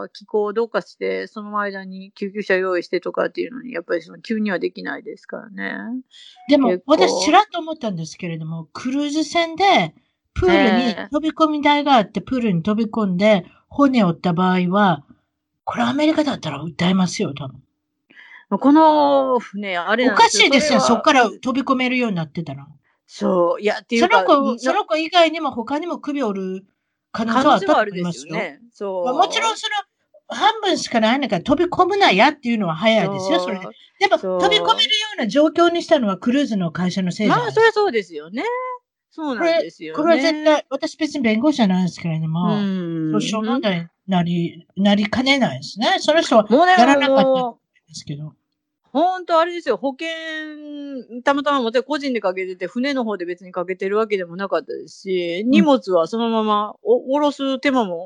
気候をどうかして、その間に救急車用意してとかっていうのに、やっぱり急にはできないですからね。 でも、私ちらっと思ったんですけれども、クルーズ船で、プールに飛び込み台があって、プールに飛び込んで、骨を折った場合は、これアメリカだったら訴えますよ、多分。 この船、あれなんですよ。おかしいですよ、そこから飛び込めるようになってたら。 そう、いや、っていうか。 その子以外にも他にも首を折る可能性はあったと思いますよ。ね、そう。もちろん半分しかないんだから飛び込むなやっていうのは早いですよ、それで。でも、飛び込めるような状況にしたのはクルーズの会社のせいじゃないですか。 それはそうですよね。そうなんですよね。 これは絶対、私別に弁護士じゃないですけれども、訴訟問題になりかねないですね。その人はやらなかったんですけど。 本当あれですよ、保険、たまたま個人でかけてて、船の方で別にかけてるわけでもなかったですし、荷物はそのまま下ろす手間も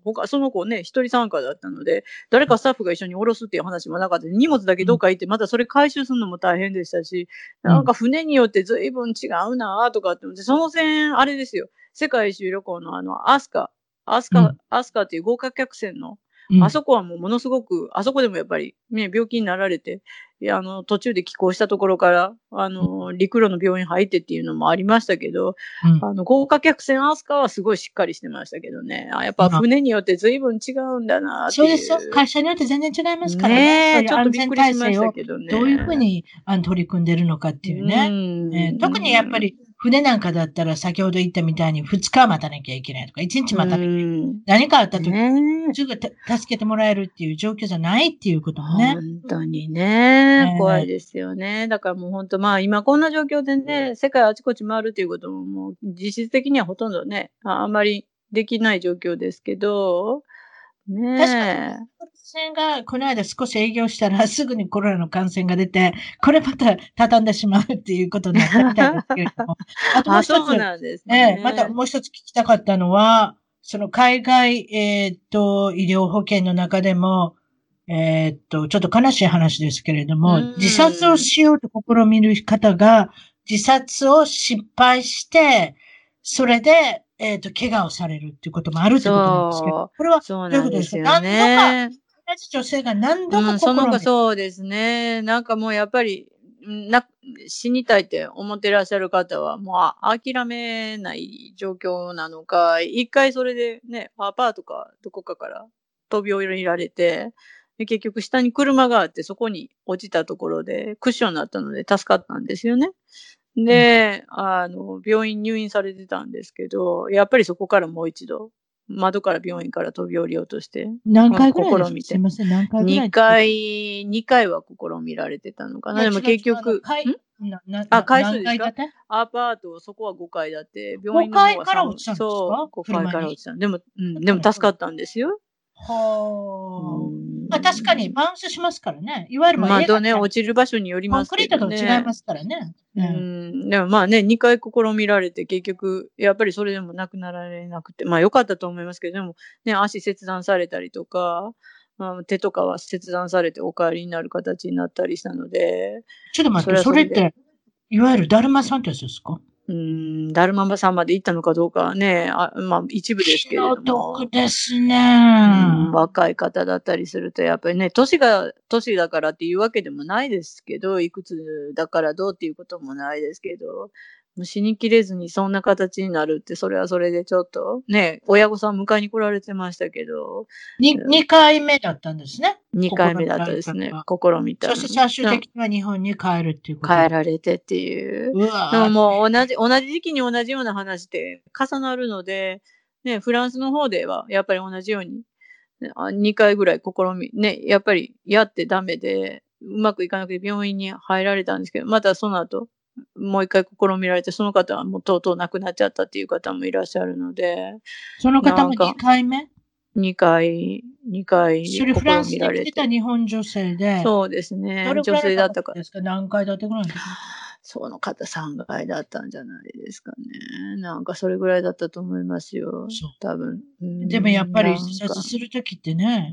その子ね、一人参加だったので、誰かスタッフが一緒に降ろすっていう話もなかった。荷物だけどっか行って、またそれ回収するのも大変でしたし、なんか船によって随分違うなとかって思って、その線、あれですよ。世界一周旅行のアスカっていう豪華客船の、あそこはもうものすごく、あそこでもやっぱりね、病気になられて、途中で寄港したところから、陸路の病院入ってっていうのもありましたけど、豪華客船アスカはすごいしっかりしてましたけどね。やっぱ船によって随分違うんだなっていう。 そうですよ。会社によって全然違いますからね。 ちょっとびっくりしましたけどね。 どういうふうに取り組んでるのかっていうね。特にやっぱり船なんかだったら先ほど言ったみたいに2日待たなきゃいけないとか、1日待たなきゃいけない。何かあった時にすぐ助けてもらえるっていう状況じゃないっていうこともね。 本当にね、怖いですよね。だからもう本当今こんな状況でね、世界あちこち回るっていうことももう実質的にはほとんどね、あんまりできない状況ですけど、ねえ。 確かに、感染がこの間少し営業したらすぐにコロナの感染が出て、これまた畳んでしまうっていうことになったみたいですけれども。あともう一つ、 そうなんですね。 またもう一つ聞きたかったのは、その海外、医療保険の中でも、ちょっと悲しい話ですけれども、自殺をしようと試みる方が、自殺を失敗して、それで、怪我をされるっていうこともあるってことなんですけど、これはどういうことですか？何度か、同じ女性が何度かそうですね。なんかもうやっぱり、死にたいって思ってらっしゃる方は、もう諦めない状況なのか、一回それでね、アパートかどこかから飛び降りられて、で結局下に車があってそこに落ちたところでクッションになったので助かったんですよね。で、病院入院されてたんですけど、やっぱりそこからもう一度、窓から病院から飛び降りようとして。 何回ぐらいですか？すみません、何回ぐらい 2回は試みられてたのかな。でも結局、回数ですか？アパート、そこは5階だって、 病院の方は5階から落ちたんですか？ そう、5階から落ちた。でも助かったんですよ。 はあ。確かにバウンスしますからね。いわゆる窓ね、落ちる場所によりますけどね。 コンクリートと違いますからね。 でも2回試みられて、結局、やっぱりそれでも亡くなられなくて、良かったと思いますけど、でもね、足切断されたりとか、手とかは切断されてお帰りになる形になったりしたので。 ちょっと待って、それって、いわゆるだるまさんってやつですか？ だるまさんまで行ったのかどうかはね、一部ですけれども。 気の毒ですね。 若い方だったりすると、やっぱりね、年だからっていうわけでもないですけど、いくつだからどうっていうこともないですけど、もう死にきれずにそんな形になるって、それはそれでちょっと、ね、親御さん迎えに来られてましたけど。 2回目だったんですね。 2回目だったですね。試みた。 そして最終的には日本に帰るっていうこと。 帰られてっていう。でももう同じ時期に同じような話って重なるので、ね、フランスの方ではやっぱり同じように、2回ぐらいね、やっぱりやってダメで、うまくいかなくて病院に入られたんですけど、またその後、もう一回試みられて、その方はもうとうとう亡くなっちゃったっていう方もいらっしゃるので。 その方も2回目 ？2回それフランスで来てた日本女性で。 そうですね。女性だったから。 ですか？何回だったぐらいですか？ その方3回だったんじゃないですかね。なんかそれぐらいだったと思いますよ。多分。 でもやっぱり自殺するときってね、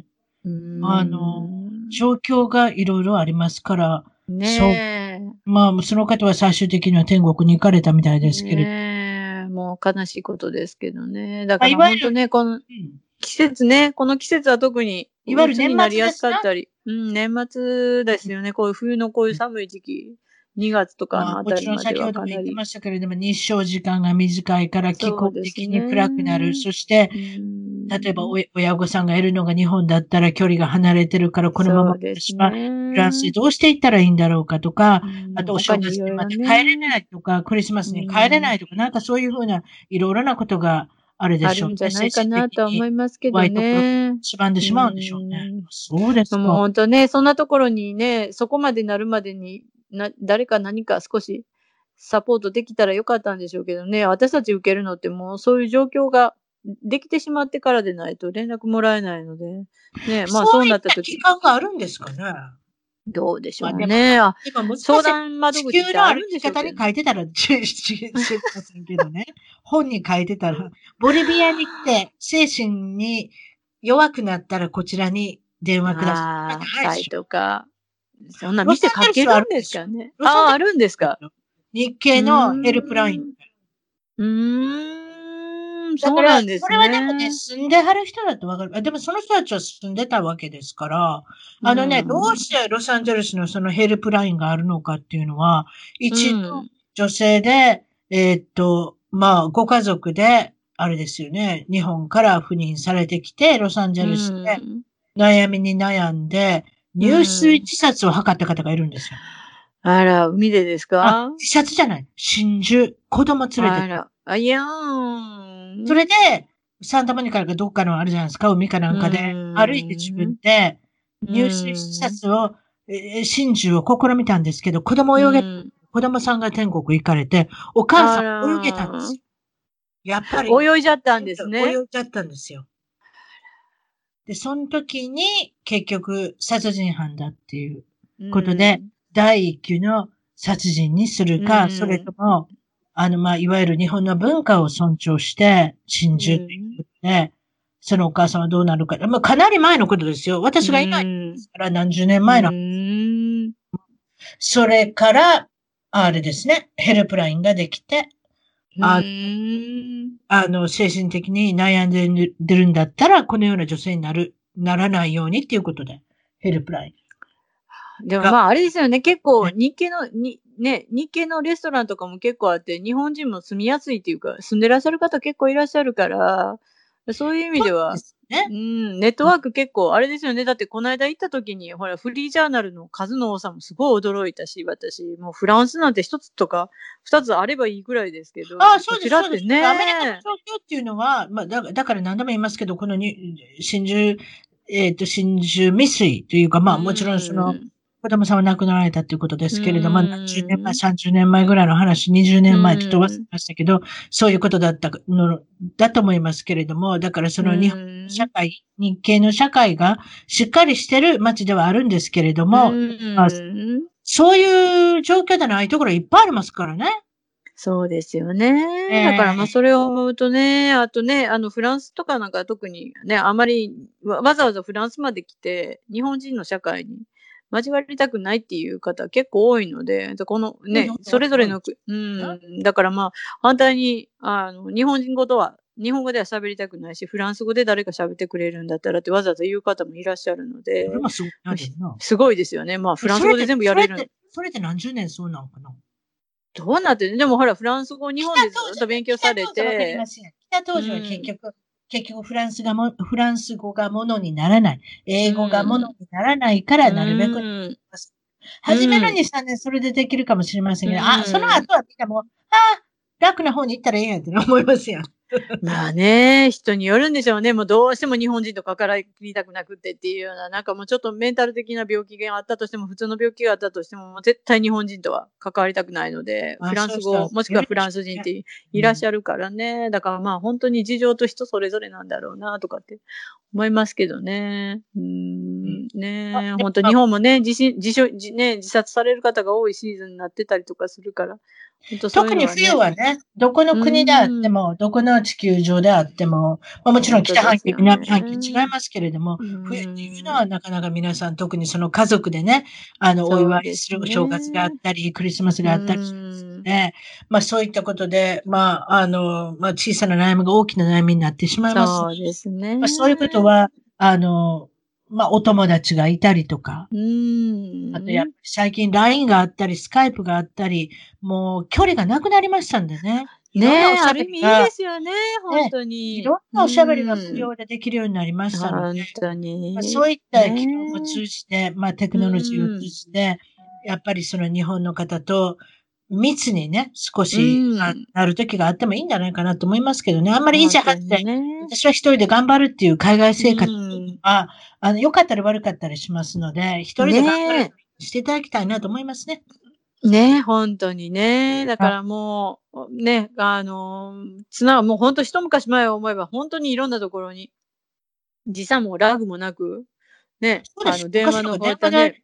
状況がいろいろありますから、 ねそう。その方は最終的には天国に行かれたみたいですけれど。 ねもう悲しいことですけどね。だから本当ね、この季節ね、この季節は特に、 いわゆる年末になりやすかったり。年末ですよね。こういう冬のこういう寒い時期。2月とかのあたりまではかなり。もちろん先ほども言ってましたけれども、日照時間が短いから気候的に暗くなる。そして、例えば親御さんがいるのが日本だったら距離が離れてるから、このまま私はフランスでどうしていったらいいんだろうかとか、あとお正月にまた帰れないとか、クリスマスに帰れないとか、なんかそういうふうないろいろなことがあるでしょうね。 あるんじゃないかなと思いますけどね。 縛んでしまうんでしょうね。そうですか。 もう本当ね、そんなところにね、そこまでなるまでに、誰か何か少しサポートできたらよかったんでしょうけどね、私たち受けるのってもうそういう状況ができてしまってからでないと連絡もらえないので、ね、 そうなった時。期間があるんですかね。 どうでしょうね。相談窓口ってあるんでしょうけど。 地球の歩き方に書いてたら、知りませんけどね。本に書いてたら、ボリビアに来て、精神に弱くなったらこちらに電話ください。 ああ、 はいサイトか。そんなロサ店かけるンゼルスはあるんですかね。 ロサンゼルスああ、あるんですか。 日系のヘルプライン。 そうだから、 なんですこれはでもね、 ね。 住んではる人だとわかる。でもその人たちは住んでたわけですから、どうしてロサンゼルスのそのヘルプラインがあるのかっていうのは、一度女性で、ご家族で、あれですよね、日本から赴任されてきて、ロサンゼルスで悩みに悩んで、入水自殺を図った方がいるんですよ。 あら、海でですか？ 自殺じゃない。心中。子供連れて。 あら、いやーん。 それで、サンタモニカかどっかのあるじゃないですか、海かなんかで、歩いて自分で、入水自殺を、心中を試みたんですけど、子供さんが天国行かれて、お母さん泳げたんですよ。やっぱり。 泳いじゃったんですね。 泳いじゃったんですよ。で、その時に、結局、殺人犯だっていうことで、第一級の殺人にするか、それとも、いわゆる日本の文化を尊重して、心中ということで、そのお母さんはどうなるか。かなり前のことですよ。私がいないですから何十年前の。それから、あれですね、ヘルプラインができて、精神的に悩んでるんだったら、このような女性にならないようにっていうことで、ヘルプライン。 でもあれですよね、結構日系のレストランとかも結構あって、日本人も住みやすいっていうか、住んでらっしゃる方結構いらっしゃるから、そういう意味では、ネットワーク結構、あれですよね。だってこの間行った時に、ほら、フリージャーナルの数の多さもすごい驚いたし、私、もうフランスなんて一つとか二つあればいいぐらいですけど。 そうです、そうです。アメリカの状況っていうのは、だから何度も言いますけど、この真珠未遂というか、もちろんその、子供さんは亡くなられたということですけれども、10年前、30年前ぐらいの話、20年前って飛ばせましたけど、そういうことだと思いますけれども、だからその日本社会、日系の社会がしっかりしてる街ではあるんですけれども、そういう状況でないところいっぱいありますからね。 そうですよね。だからそれを思うとね、あとね、フランスとかなんか特にね、あまりわざわざフランスまで来て、日本人の社会に交わりたくないっていう方結構多いので、このね、それぞれの、だから反対に、日本語では喋りたくないし、フランス語で誰か喋ってくれるんだったらってわざわざ言う方もいらっしゃるので、すごいですよね。フランス語で全部やれる。 それって何十年そうなのかな？ どうなってる？でもほら、フランス語、日本でずっと勉強されて。 北当時は結局フランス語がものにならない。英語がものにならないから、なるべく。初めの2、3年それでできるかもしれませんけど、その後はみんなもう、楽な方に行ったらええやんって思いますやん。 人によるんでしょうね。もうどうしても日本人と関わりたくなくってっていうような、なんかもうちょっとメンタル的な病気があったとしても、普通の病気があったとしても、もう絶対日本人とは関わりたくないので、フランス語、もしくはフランス人っていらっしゃるからね。だから本当に事情と人それぞれなんだろうな、とかって思いますけどね。本当日本もね、自殺される方が多いシーズンになってたりとかするから。 特に冬はね、どこの国であっても、どこの地球上であっても、もちろん北半球、南半球違いますけれども、冬っていうのはなかなか皆さん、特にその家族でね、お祝いするお正月があったり、クリスマスがあったりしますので、そういったことで、小さな悩みが大きな悩みになってしまいます。 そうですね。 そういうことは、お友達がいたりとか、あとやっぱり最近 LINE があったり、スカイプがあったり、もう距離がなくなりましたんでね。 ある意味いいですよね、本当に。 いろんなおしゃべりが無料でできるようになりましたので、 本当に。 そういった機能を通じて、テクノロジーを通じて、やっぱりその日本の方と密にね、少しなる時があってもいいんじゃないかなと思いますけどね。あんまり意地張って、私は一人で頑張るっていう海外生活は、良かったり悪かったりしますので、一人で頑張るしていただきたいなと思いますね。 本当にね。だからもう、もう本当一昔前を思えば、本当にいろんなところに、時差もラグもなく、電話の方でね、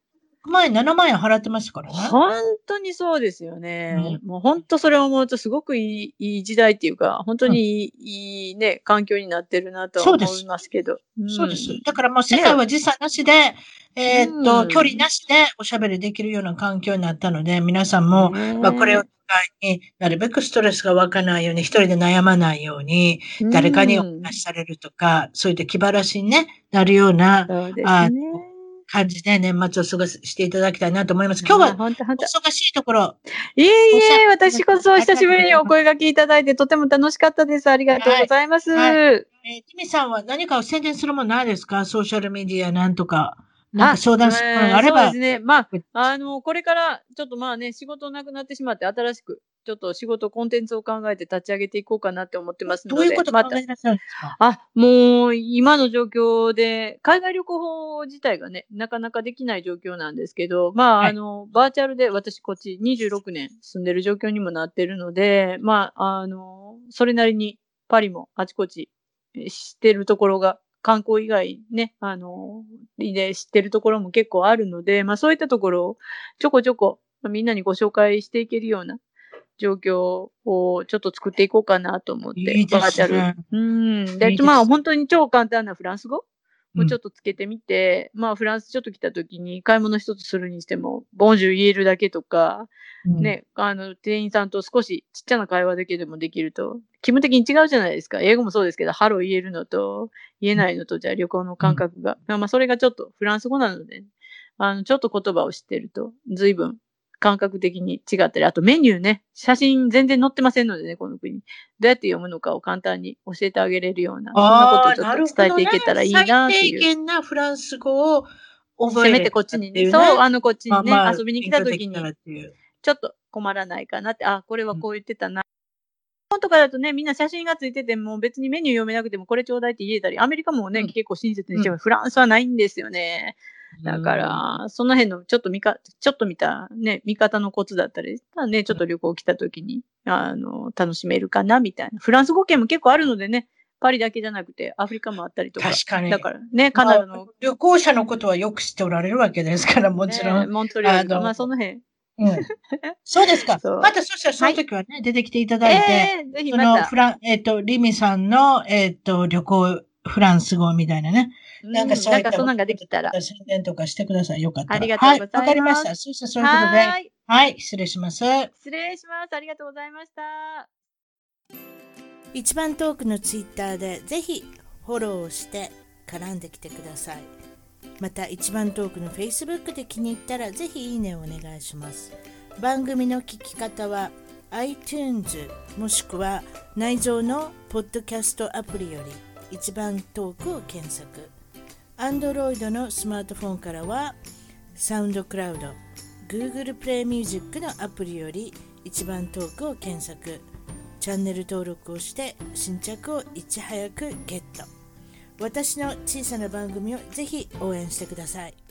万円、7万円払ってましたからね。 本当にそうですよね。もう本当それを思うとすごくいい時代っていうか、本当にいいね、環境になってるなと思いますけど。 そうです。だからもう世界は時差なしで、距離なしでおしゃべりできるような環境になったので、皆さんも、これを機会になるべくストレスが湧かないように、一人で悩まないように、誰かにお話しされるとか、そういった気晴らしに、ね、なるような、感じで年末を過ごしていただきたいなと思います。今日はお忙しいところ。 いえいえ、私こそ久しぶりにお声掛けいただいてとても楽しかったです。ありがとうございます。 ティミさんは何かを宣伝するものないですか？ソーシャルメディアなんとか。なんか相談するものがあれば。 そうですね。これからちょっと仕事なくなってしまって新しくちょっと仕事コンテンツを考えて立ち上げていこうかなって思ってますので。 どういうこと考えてらっしゃるんですか？ もう今の状況で海外旅行法自体がね、なかなかできない状況なんですけど、バーチャルで私こっち26年住んでる状況にもなってるので、それなりにパリもあちこち知ってるところが観光以外ね、で知ってるところも結構あるので、そういったところをちょこちょこみんなにご紹介していけるような状況をちょっと作っていこうかなと思って。 いいですね。 バーチャル。で、本当に超簡単なフランス語をちょっとつけてみて、フランスちょっと来た時に買い物一つするにしても、ボンジュー言えるだけとか、ね、店員さんと少しちっちゃな会話だけでもできると、気分的に違うじゃないですか。英語もそうですけど、ハロー言えるのと、言えないのと、じゃあ旅行の感覚が。それがちょっとフランス語なので、ちょっと言葉を知ってると、随分感覚的に違ったり、あとメニューね、写真全然載ってませんのでね、この国。どうやって読むのかを簡単に教えてあげれるような、そんなことをちょっと伝えていけたらいいなっていう。 最低限なフランス語を覚えせめてこっちにね、そう、こっちにね、遊びに来た時に、ちょっと困らないかなって、これはこう言ってたな。日本とかだとね、みんな写真がついてても別にメニュー読めなくてもこれちょうだいって言えたり、アメリカもね、結構親切にしても、フランスはないんですよね。だから、その辺のちょっと見たね、見方のコツだったり、ね、ちょっと旅行来た時に、楽しめるかな、みたいな。フランス語圏も結構あるのでね、パリだけじゃなくて、アフリカもあったりとか。 確かに。 だからね、カナダの。 旅行者のことはよく知っておられるわけですから、もちろん。 モントリオールその辺。 そうですか。またそしたらその時はね、出てきていただいて、 ぜひまた。 リミさんの、旅行フランス語みたいなね。なんかそういったそんなんができたら。 宣伝とかしてください。よかったら。 ありがとうございます。 わかりました。そしたらそういうことで。はい、失礼します。 失礼します。ありがとうございました。 一番トークのツイッターでぜひフォローして絡んできてください。また一番トークの Facebook で気に入ったらぜひいいねをお願いします。番組の聞き方は iTunes もしくは内蔵のポッドキャストアプリより一番トークを検索。Android のスマートフォンからは SoundCloud、Google Play Music のアプリより一番トークを検索。チャンネル登録をして新着をいち早くゲット。私の小さな番組をぜひ応援してください。